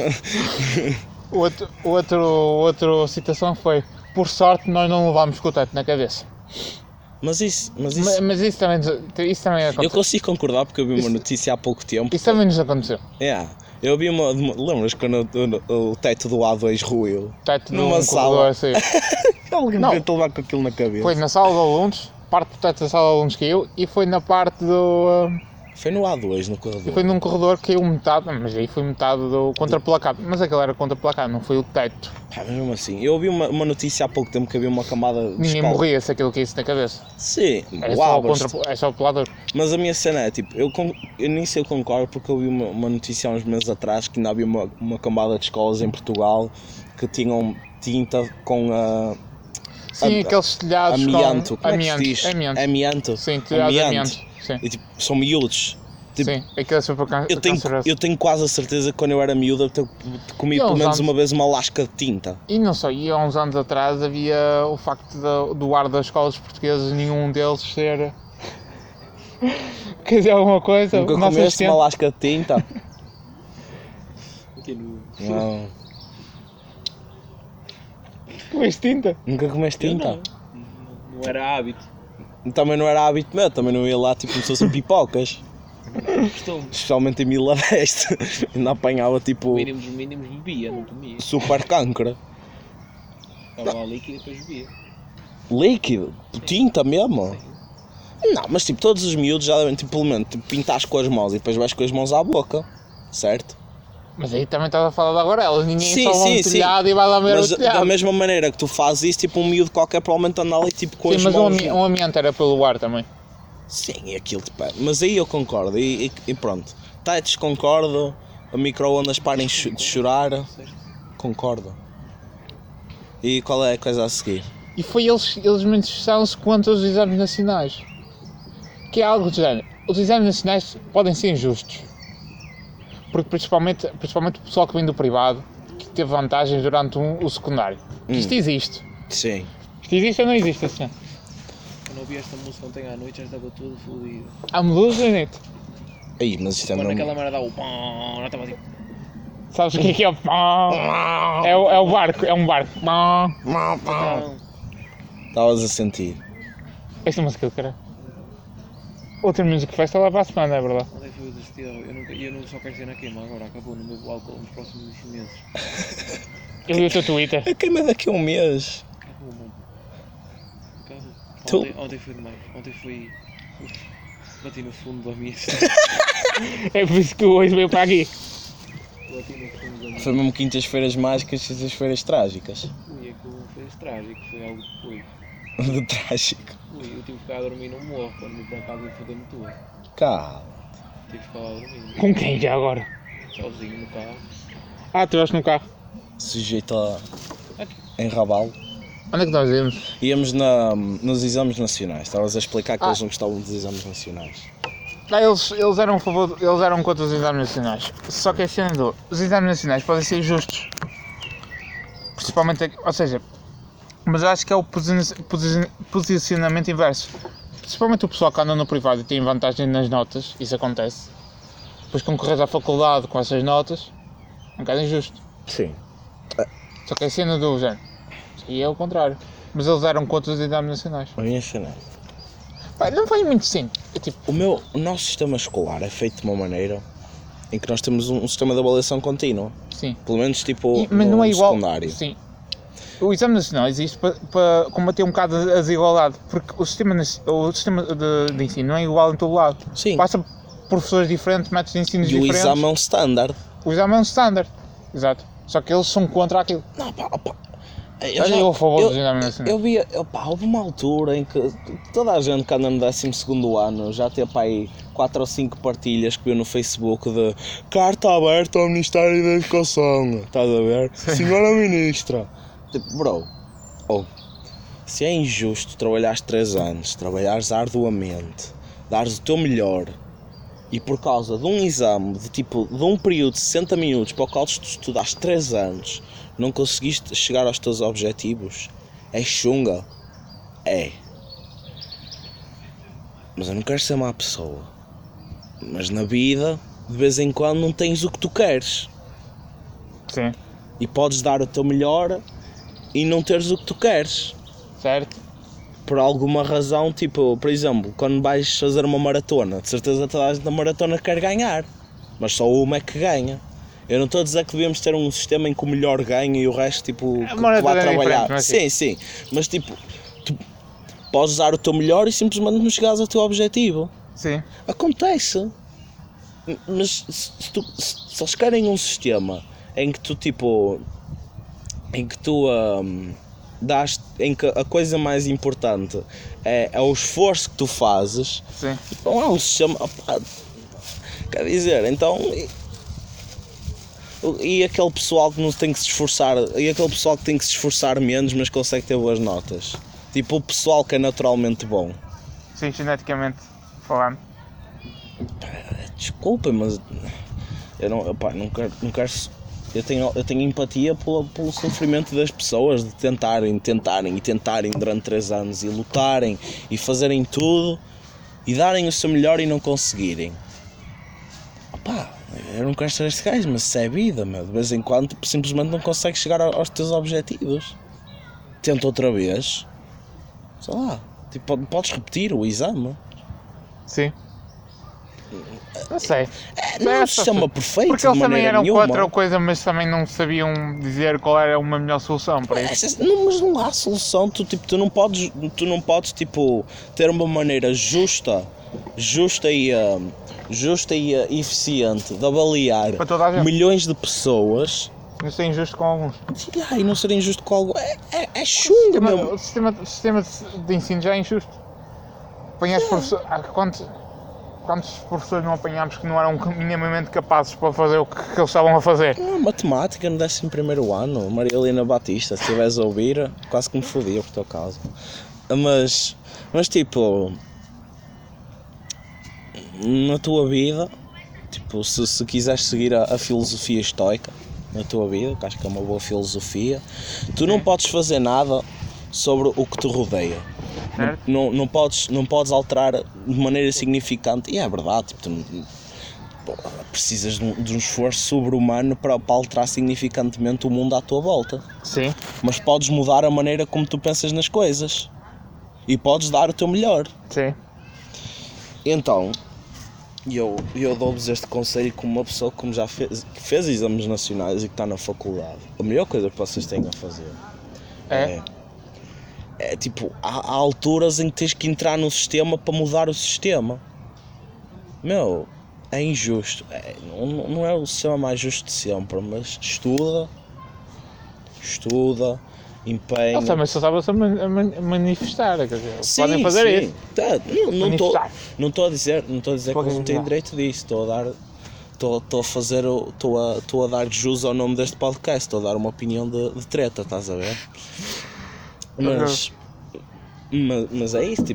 Outra citação foi: por sorte nós não levámos com o teto na cabeça. Mas isso também aconteceu. Eu consigo concordar porque eu vi uma notícia há pouco tempo. Isso também nos aconteceu. Eu vi lembras quando o teto do A2 ruiu? O teto numa sala. Alguém tentou levar com aquilo na cabeça. Foi na sala de alunos, parte do teto da sala de alunos caiu e foi na parte do... Foi no A2, no corredor. E foi num corredor que caiu metade, mas aí foi metade do contraplacado. Mas aquilo era contraplacado, não foi o teto. Mas mesmo assim, eu ouvi uma notícia há pouco tempo que havia uma camada de Ninguém morria se aquilo caísse na cabeça. Sim, é só o pelador. Mas a minha cena é tipo, eu nem sei, eu concordo porque eu vi uma notícia há uns meses atrás que ainda havia uma camada de escolas em Portugal que tinham tinta com a... Sim, aqueles telhados amianto. Com amianto. Sim, telhados de amianto. Sim. E, tipo, são miúdos. Tipo, sim, aquilo é super eu tenho quase a certeza que quando eu era miúdo eu comi pelo menos uma vez uma lasca de tinta. E não só, e há uns anos atrás havia o facto do ar das escolas portuguesas, nenhum deles ser... Quer dizer alguma coisa? Nunca comeste uma lasca de tinta? Não. Comeste tinta? Nunca comeste tinta? Não era hábito. Também não era hábito meu, também não ia lá tipo como se fossem pipocas. Especialmente em Mila Deste. Ainda apanhava tipo... Mínimos bebia, não comia. Super cancra. Estava lá líquido e depois bebia. Líquido? Tinta mesmo? Sim. Não, mas tipo todos os miúdos já devem tipo, pelo menos tipo, pintares com as mãos e depois vais com as mãos à boca. Certo? Mas aí também estava a falar de aguarelas, ninguém só vai um telhado e vai lá ver o telhado. Da mesma maneira que tu fazes isso, tipo um miúdo qualquer provavelmente anda ali tipo com as mãos... Sim, mas um amianto era pelo ar também. Sim, aquilo tipo... Mas aí eu concordo, e pronto. Tetos concordo, a micro-ondas parem de chorar, concordo. E qual é a coisa a seguir? E foi eles manifestaram-se quanto aos exames nacionais. Que é algo do género. Os exames nacionais podem ser injustos. Porque principalmente o pessoal que vem do privado, que teve vantagens durante o secundário. Isto existe. Sim. Isto existe ou não existe assim? Eu não ouvi esta música ontem à noite, já estava tudo fodido. Há música, gente? Aí, mas isto é quando aquela merda dá o pão, já estava tipo... Sabes o que é o pão? É o barco, é um barco. Estavas a sentir. Esta música eu quero. Outra música festa lá para a semana, é verdade. Onde é que foi o destino? Eu não só quero ser na queima agora, acabou no meu álcool nos próximos meses. Eu vi o teu Twitter. A queima daqui a um mês. Acabou, mano. Ontem foi demais. Ontem foi... Bati no fundo da minha história. É por isso que hoje veio para aqui. Bati no fundo da minha... Foi mesmo quintas-feiras mágicas e quintas-feiras trágicas. Ui, aquilo não foi trágico, foi algo depois. De trágico. Ui, eu tive que ficar a dormir no morro, quando me para casa e fodei-me tudo. Calma. Tive que ficar lá a dormir. Com quem já agora? Sozinho no carro. Ah, tu vais no carro. Sujeito a enrabá-lo. Onde é que nós íamos? Íamos nos exames nacionais. Estavas a explicar que eles não gostavam dos exames nacionais. Eles eram a favor, eles eram contra os exames nacionais. Só que a cena os exames nacionais podem ser justos. Principalmente, ou seja, mas eu acho que é o posicionamento inverso. Principalmente o pessoal que anda no privado e tem vantagem nas notas, isso acontece. Depois concorres à faculdade com essas notas, é um bocado injusto. Sim. Só que a cena do género, e é o contrário. Mas eles eram contra os exames nacionais. A minha cena. Pai, não foi muito sim. É tipo... O nosso sistema escolar é feito de uma maneira em que nós temos um sistema de avaliação contínua. Sim. Pelo menos tipo mas não é igual. Secundário. Sim. O exame nacional existe para combater um bocado a desigualdade, porque o sistema de ensino não é igual em todo lado. Sim. Passa por professores diferentes, métodos de ensino diferentes. E o exame é um standard. O exame é um standard. Exato. Só que eles são contra aquilo. Não, pá. Eu a favor dos exames nacionais. Eu via, houve uma altura em que toda a gente que anda no 12º ano já teve para aí 4 ou 5 partilhas que viu no Facebook de carta aberta ao Ministério da Educação. Estás a ver? Sim. Senhora Ministra. Tipo, bro, se é injusto trabalhares 3 anos, trabalhares arduamente, dares o teu melhor e por causa de um exame de um período de 60 minutos para o qual tu estudaste 3 anos não conseguiste chegar aos teus objetivos, é chunga. É. Mas eu não quero ser má pessoa. Mas na vida, de vez em quando, não tens o que tu queres. Sim. E podes dar o teu melhor e não teres o que tu queres. Certo. Por alguma razão, por exemplo, quando vais fazer uma maratona, de certeza toda a gente da maratona quer ganhar. Mas só uma é que ganha. Eu não estou a dizer que devemos ter um sistema em que o melhor ganha e o resto, que vai trabalhar. Mas sim. Mas, tu podes dar o teu melhor e simplesmente não chegares ao teu objetivo. Sim. Acontece. Mas se eles querem um sistema em que dás, em que a coisa mais importante é o esforço que tu fazes, sim. Não é um sistema... Quer dizer, então... E aquele pessoal que não tem que se esforçar, e aquele pessoal que tem que se esforçar menos, mas consegue ter boas notas. Tipo o pessoal que é naturalmente bom. Sim, geneticamente falando. Desculpem, mas eu não quero. Eu tenho empatia pelo sofrimento das pessoas de tentarem durante 3 anos e lutarem e fazerem tudo e darem o seu melhor e não conseguirem. Eu não quero ser este gajo, mas isso é vida, meu. De vez em quando simplesmente não consegues chegar aos teus objetivos. Tenta outra vez. Sei lá, podes repetir o exame. Sim. Não sei. Não é um sistema perfeito. Porque eles também eram nenhuma. contra a coisa, mas também não sabiam dizer qual era uma melhor solução para isso. Mas não há solução. Tu não podes ter uma maneira justa e eficiente de avaliar milhões de pessoas. Não ser injusto com alguns. E não ser injusto com alguns. É chunga mesmo. O sistema de ensino já é injusto. Apanhas professores. Quantos professores não apanhámos que não eram minimamente capazes para fazer o que eles estavam a fazer? Matemática no 11º ano, Maria Helena Batista, se estiveres a ouvir, quase que me fodia por tua causa. Mas na tua vida, se quiseres seguir a filosofia estoica na tua vida, que acho que é uma boa filosofia, tu não podes fazer nada sobre o que te rodeia. Não podes alterar de maneira significante, e é verdade, precisas de um esforço sobre-humano para alterar significantemente o mundo à tua volta. Sim. Mas podes mudar a maneira como tu pensas nas coisas e podes dar o teu melhor. Sim. Então, eu dou-vos este conselho como uma pessoa que já fez exames nacionais e que está na faculdade. A melhor coisa que vocês têm a fazer há alturas em que tens que entrar no sistema para mudar o sistema. É injusto. Não é o sistema mais justo de sempre, mas estuda, empenho. Eles também só estavam a manifestar, quer dizer, podem fazer isso. Não estou a dizer que eles não têm direito disso. Estou a dar jus ao nome deste podcast, estou a dar uma opinião de treta, estás a ver? Mas é isso,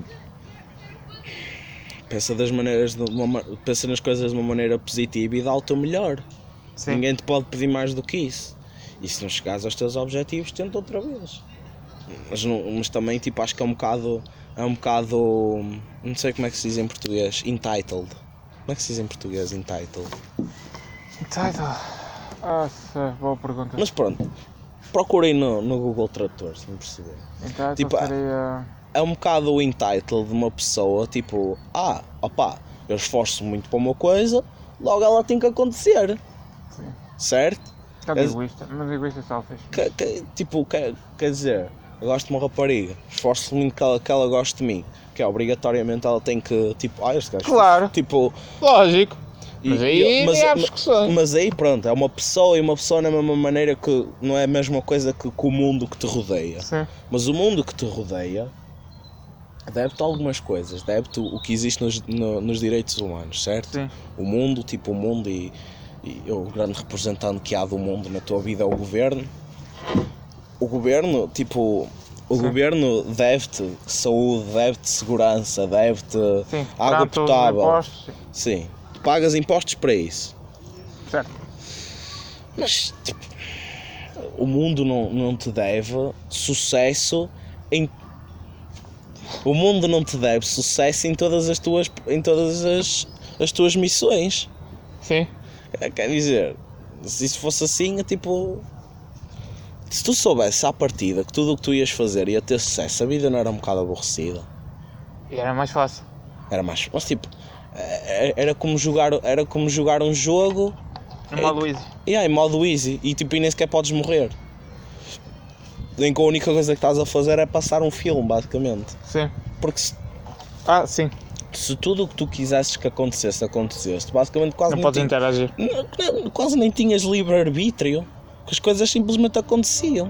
pensa nas coisas de uma maneira positiva e dá o teu melhor. Sim. Ninguém te pode pedir mais do que isso. E se não chegares aos teus objetivos, tenta outra vez. Mas também acho que é um bocado, não sei como é que se diz em português, entitled. Como é que se diz em português, entitled? Boa pergunta. Mas pronto, procurem no Google Tradutor, se me perceber. É um bocado o entitled de uma pessoa, eu esforço muito para uma coisa, logo ela tem que acontecer. Sim. Certo? Mas egoísta só fez. Quer dizer, eu gosto de uma rapariga, esforço muito que ela goste de mim, que obrigatoriamente ela tem que, este gajo. Claro. Lógico. Mas aí há discussões. Mas aí pronto, é uma pessoa e uma pessoa na mesma maneira que não é a mesma coisa que o mundo que te rodeia. Sim. Mas o mundo que te rodeia deve-te algumas coisas, deve-te o que existe nos direitos humanos, certo? Sim. O mundo e o grande representante que há do mundo na tua vida é o governo. O governo, tipo, o governo deve-te saúde, deve-te segurança, deve-te água potável. Sim, tu pagas impostos para isso. Certo. Mas, tipo, o mundo não te deve sucesso em... O mundo não te deve sucesso em todas as tuas missões. Sim. Quer dizer, se isso fosse assim, é tipo... Se tu soubesse à partida que tudo o que tu ias fazer ia ter sucesso, a vida não era um bocado aborrecida. E era mais fácil. Era mais... Mas tipo, era como jogar um jogo... Em modo easy. Em modo easy. E tipo, nem sequer podes morrer. Em que a única coisa que estás a fazer é passar um filme, basicamente. Sim. Porque sim. Se tudo o que tu quisesses que acontecesse, basicamente quase não podes interagir. Quase nem tinhas livre-arbítrio, que as coisas simplesmente aconteciam.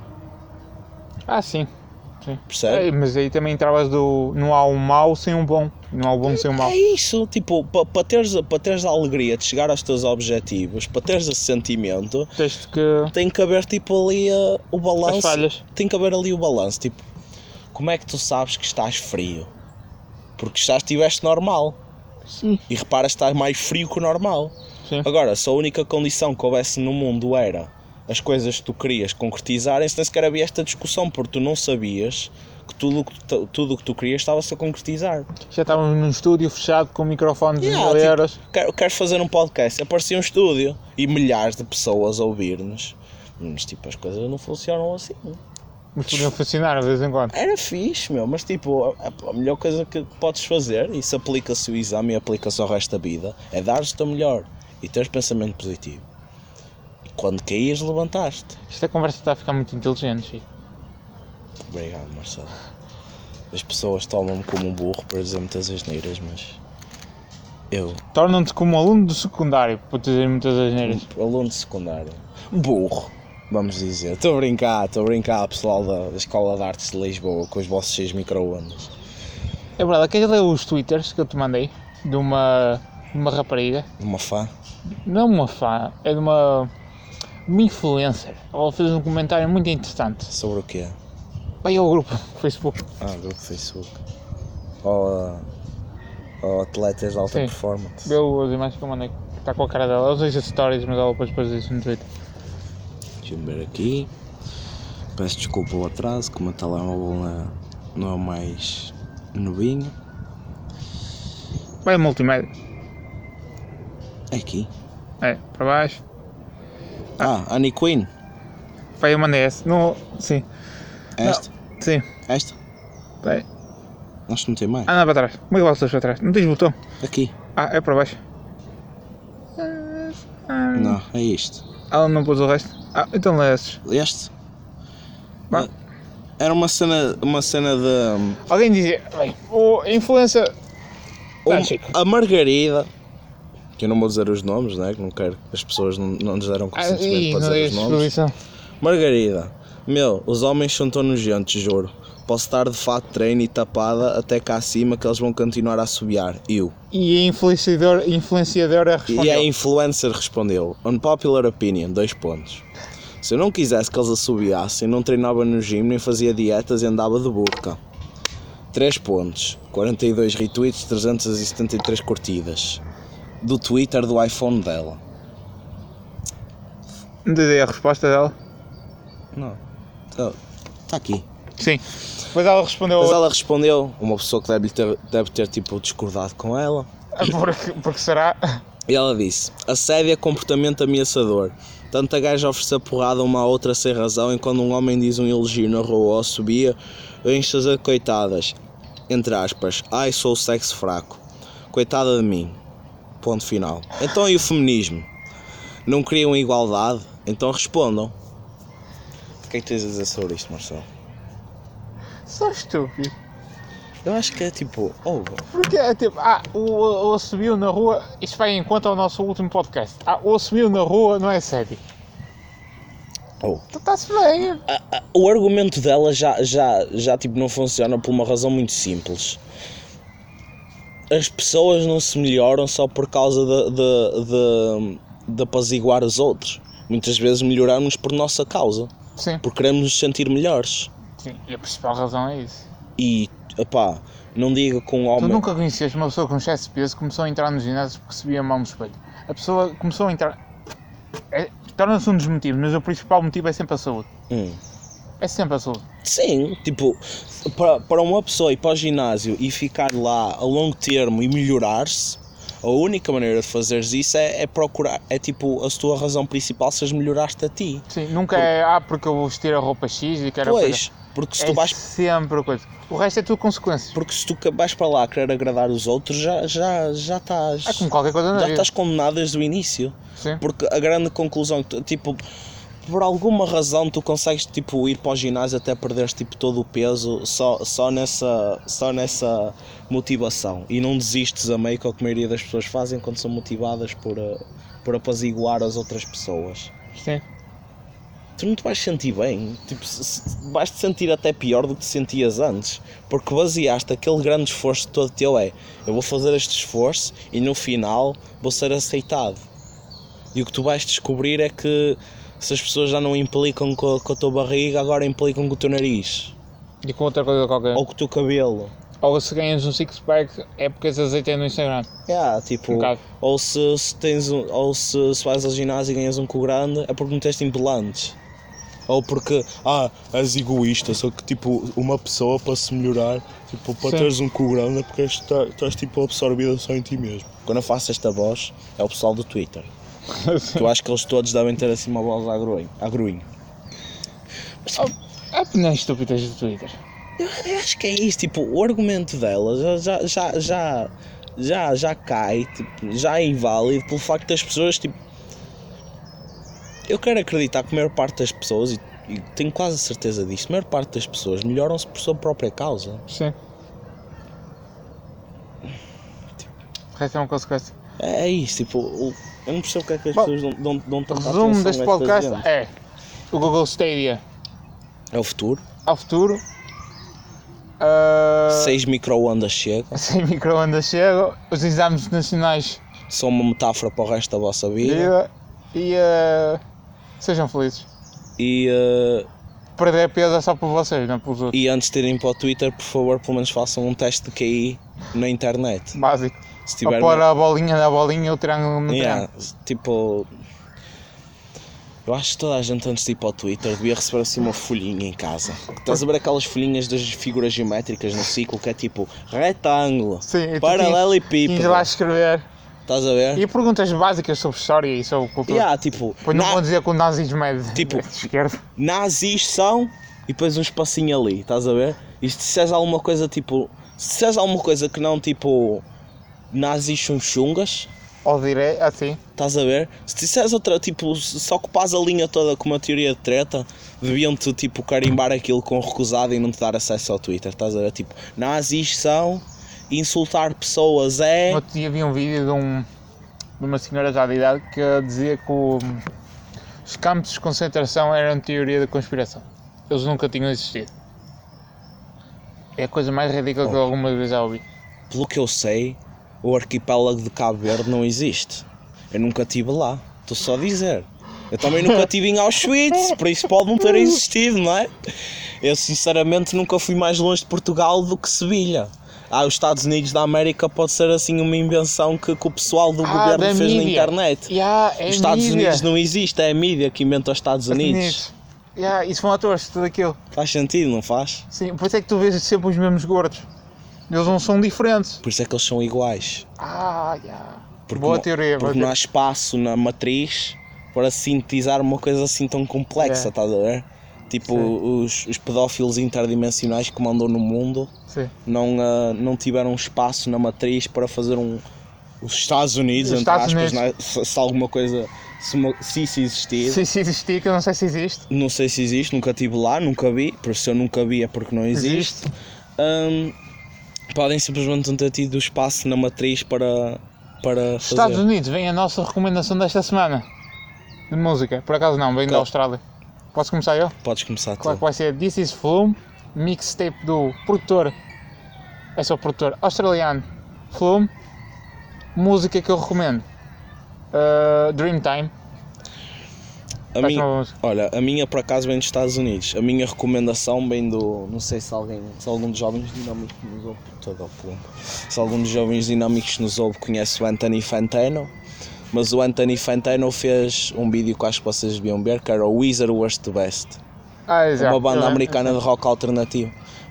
Sim. Percebe? Mas aí também entravas não há um mau sem um bom. Não há o bom sem o mau. É isso, tipo, para teres a alegria de chegar aos teus objetivos, para teres esse sentimento, tem que haver tipo ali o balanço. As falhas. Tem que haver ali o balanço, tipo, como é que tu sabes que estás frio? Porque já estiveste normal. Sim. E reparas que estás mais frio que o normal. Sim. Agora, se a única condição que houvesse no mundo era as coisas que tu querias concretizarem-se, nem sequer havia esta discussão, porque tu não sabias que tudo o que tu querias estava-se a concretizar. Já estávamos num estúdio fechado com microfones de 1000 euros. Queres fazer um podcast? Aparecia um estúdio e milhares de pessoas a ouvir-nos. Mas tipo, as coisas não funcionam assim. Mas podiam funcionar de vez em quando. Era fixe, mas tipo, a melhor coisa que podes fazer, e se aplica-se o exame e aplica-se ao resto da vida, é dar-te o teu melhor e teres pensamento positivo. E quando caíres, levantaste. Esta conversa está a ficar muito inteligente, Chico. Obrigado, Marcelo. As pessoas tomam-me como um burro para dizer muitas asneiras, mas eu... Tornam-te como aluno do secundário, por dizer muitas asneiras. Aluno de secundário. Burro, vamos dizer. Estou a brincar, pessoal da Escola de Artes de Lisboa, com os vossos 6 micro-ondas. É verdade, queres ler os twitters que eu te mandei? De uma rapariga. Uma fã? Não uma fã, é de uma influencer. Ela fez um comentário muito interessante. Sobre o quê? Vai ao grupo Facebook. Grupo Facebook. Ou atletas de alta performance. Vê as imagens que eu mandei. Está com a cara dela. Eu usei as stories, mas ela depois disse no Twitter. Deixa-me ver aqui. Peço desculpa o atraso, como o telemóvel não é o mais novinho. Vai ao multimédia. É aqui. É, para baixo. Annie Queen. Vai, eu mandei essa. Não, sim. Esta? Não, sim. Esta? Vai. Acho que não tem mais. Anda para trás. Como é que voltas para trás? Não tens botão? Aqui. É para baixo. Não, é isto. Ela não pôs o resto? Então lê esses. Este? Vá. Era uma cena de... Alguém dizia, bem, a influência... A Margarida, que eu não vou dizer os nomes, né? Que não quero, as pessoas não nos deram consentimento para dizer os nomes. Margarida, os homens são tão nojentos, juro. Posso estar de fato de treino e tapada até cá acima que eles vão continuar a assobiar. E a influenciadora respondeu. E a influencer respondeu, unpopular opinion, 2 pontos. Se eu não quisesse que eles assobiassem, não treinava no gym, nem fazia dietas e andava de burca. 3 pontos, 42 retweets, 373 curtidas. Do Twitter do iPhone dela. Não dei a resposta dela? Não. Está aqui. Sim. Depois ela respondeu... Uma pessoa que deve ter tipo discordado com ela. Porque será... E ela disse, assédio é comportamento ameaçador. Tanta gaja oferecer porrada uma à outra sem razão, e quando um homem diz um elogio na rua ou subia, enche-as a coitadas. Entre aspas, ai, sou o sexo fraco. Coitada de mim. Ponto final. Então e o feminismo? Não queriam igualdade? Então respondam. O que é que tens a dizer sobre isto, Marcelo? Só estúpido. Eu acho que é tipo, Porque é tipo, o assobio na rua, isto vai em conta ao nosso último podcast. O assobio na rua não é sério. Tu está-se bem. O argumento dela já tipo, não funciona por uma razão muito simples. As pessoas não se melhoram só por causa de apaziguar os outros. Muitas vezes melhoramos por nossa causa. Sim. Porque queremos nos sentir melhores. Sim, e a principal razão é isso. E, não diga com um homem... Tu nunca conheceste uma pessoa com excesso de peso que começou a entrar no ginásio porque se via mal no espelho. A pessoa começou a entrar... torna-se um dos motivos, mas o principal motivo é sempre a saúde. É sempre a saúde. Sim, tipo, para uma pessoa ir para o ginásio e ficar lá a longo termo e melhorar-se, a única maneira de fazeres isso é procurar, é tipo, a tua razão principal seres melhorar-te a ti. Sim, nunca porque eu vou vestir a roupa X e quero... Pois, porque se tu vais... sempre a coisa. O resto é tudo consequências. Porque se tu vais para lá querer agradar os outros, já estás... É como qualquer coisa na vida. Já estás condenado desde o início. Sim. Porque a grande conclusão, tipo, por alguma razão tu consegues tipo, ir para o ginásio até perderes tipo, todo o peso só nessa motivação. E não desistes a meio que a maioria das pessoas fazem quando são motivadas por apaziguar as outras pessoas. Sim. Tu não te vais sentir bem, tipo, vais te sentir até pior do que te sentias antes, porque baseaste aquele grande esforço todo teu eu vou fazer este esforço e no final vou ser aceitado. E o que tu vais descobrir é que se as pessoas já não implicam com a tua barriga, agora implicam com o teu nariz. E com outra coisa qualquer. Ou com o teu cabelo. Ou se ganhas um six-pack é porque és azeitei no Instagram. Tipo, ou se vais ao ginásio e ganhas um cu grande é porque meteste implantes. Ou porque, és egoísta, só que tipo, uma pessoa para se melhorar, tipo, para teres um cu grande é porque estás tipo absorvida só em ti mesmo. Quando eu faço esta voz, é o pessoal do Twitter. Eu acho que eles todos devem ter assim uma voz à gruinho. Opiniões estúpidas do Twitter. Eu acho que é isso, tipo, o argumento dela já cai, tipo, já é inválido pelo facto das pessoas, tipo... Eu quero acreditar que a maior parte das pessoas, e tenho quase certeza disto, a maior parte das pessoas melhoram-se por sua própria causa. Sim. O resto é uma consequência. É isso, tipo, eu não percebo o que é que as pessoas dão tanta atenção. O resumo deste podcast é o Google Stadia. É o futuro. Ao futuro. 6 micro-ondas chegam. 6 micro-ondas chegam. Os exames nacionais são uma metáfora para o resto da vossa vida. E sejam felizes. E perder peso é só por vocês, não pelos outros. E antes de irem para o Twitter, por favor, pelo menos façam um teste de QI na internet. Básico. Se tiver pôr a bolinha da bolinha e o triângulo no triângulo. Tipo... Eu acho que toda a gente antes de ir para o Twitter devia receber assim uma folhinha em casa. Estás a ver aquelas folhinhas das figuras geométricas no ciclo que é tipo retângulo, paralelepípedo. Tens lá a escrever. Estás a ver? E perguntas básicas sobre história e sobre cultura. Tipo, pois não vou dizer que o nazismo é tipo, de esquerda. Nazis são e depois um espacinho ali, estás a ver? E se disseres alguma coisa tipo... Se disseres alguma coisa que não tipo... Nazis são chungas... Ou direi assim. Estás a ver? Se disseres outra, tipo, se ocupas a linha toda com uma teoria de treta, deviam-te, tipo, carimbar aquilo com recusado e não te dar acesso ao Twitter, estás a ver? Tipo, nazis são, insultar pessoas é... Outro dia vi um vídeo de uma senhora já de idade que dizia que os campos de concentração eram teoria da conspiração. Eles nunca tinham existido. É a coisa mais ridícula que eu alguma vez já ouvi. Pelo que eu sei... O arquipélago de Cabo Verde não existe. Eu nunca estive lá. Estou só a dizer. Eu também nunca estive em Auschwitz, por isso pode não ter existido, não é? Eu sinceramente nunca fui mais longe de Portugal do que Sevilha. Os Estados Unidos da América pode ser assim uma invenção que o pessoal do governo fez mídia. Na internet. Os Estados Unidos não existe, é a mídia que inventa os Estados Unidos. Isso são atores, tudo aquilo. Faz sentido, não faz? Sim, por isso é que tu vês sempre os mesmos gordos. Eles não são diferentes. Por isso é que eles são iguais. Boa teoria. Porque não há espaço na matriz para sintetizar uma coisa assim tão complexa, estás a ver? Tipo, os pedófilos interdimensionais que mandam no mundo não tiveram espaço na matriz para fazer os Estados Unidos, entre aspas, se alguma coisa... Se isso existir... Se isso existir, que eu não sei se existe. Não sei se existe, nunca estive lá, nunca vi. Por isso eu nunca vi é porque não existe. Podem simplesmente não ter tido espaço na matriz para fazer. Estados Unidos, vem a nossa recomendação desta semana de música. Por acaso não, vem da Austrália. Posso começar eu? Podes começar Claro tu. que vai ser This Is Flume, mixtape do produtor, é só produtor australiano Flume. Música que eu recomendo, Dreamtime. A minha por acaso vem dos Estados Unidos. A minha recomendação vem do. Não sei se algum dos jovens dinâmicos nos ouve. Se algum dos jovens dinâmicos nos ouve conhece o Anthony Fantano. Mas o Anthony Fantano fez um vídeo que acho que vocês deviam ver, que era o Wizard Worst to Best. Exato. Uma banda americana de rock alternativo.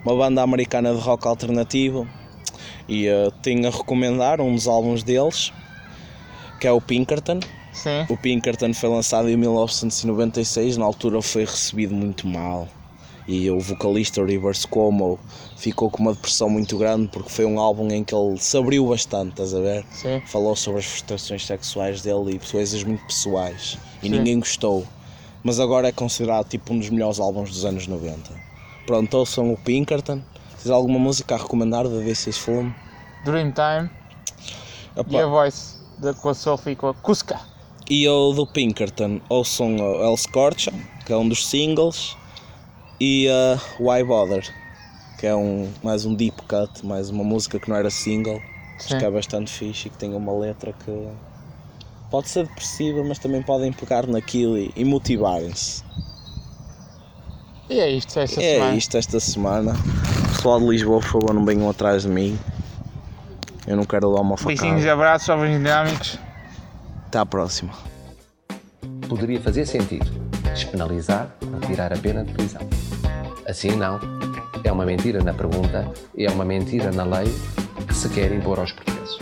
E tenho a recomendar um dos álbuns deles, que é o Pinkerton. Sim. O Pinkerton foi lançado em 1996, na altura foi recebido muito mal. E o vocalista Rivers Cuomo ficou com uma depressão muito grande porque foi um álbum em que ele se abriu bastante, estás a ver? Sim. Falou sobre as frustrações sexuais dele e coisas muito pessoais. E Sim. Ninguém gostou. Mas agora é considerado tipo um dos melhores álbuns dos anos 90. Pronto, ouçam o Pinkerton. Tens alguma música a recomendar da This Is Flume? Dreamtime. E a Voice, com a Sophie e com a Cusca. E eu do Pinkerton ouçam El Scorcho, que é um dos singles, e Why Bother, que é mais um deep cut, mais uma música que não era single. Sim. Acho que é bastante fixe e que tem uma letra que pode ser depressiva, mas também podem pegar naquilo e motivarem-se. E é isto esta semana. Pessoal de Lisboa, por favor, não venham atrás de mim. Eu não quero dar uma facada. Beijinhos e abraços, jovens dinâmicos. Até à próxima. Poderia fazer sentido despenalizar ou tirar a pena de prisão. Assim não. É uma mentira na pergunta e é uma mentira na lei que se quer impor aos portugueses.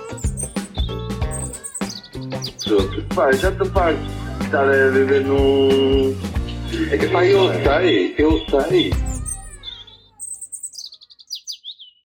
Pá, já te farto de estar a viver num... É que eu sei.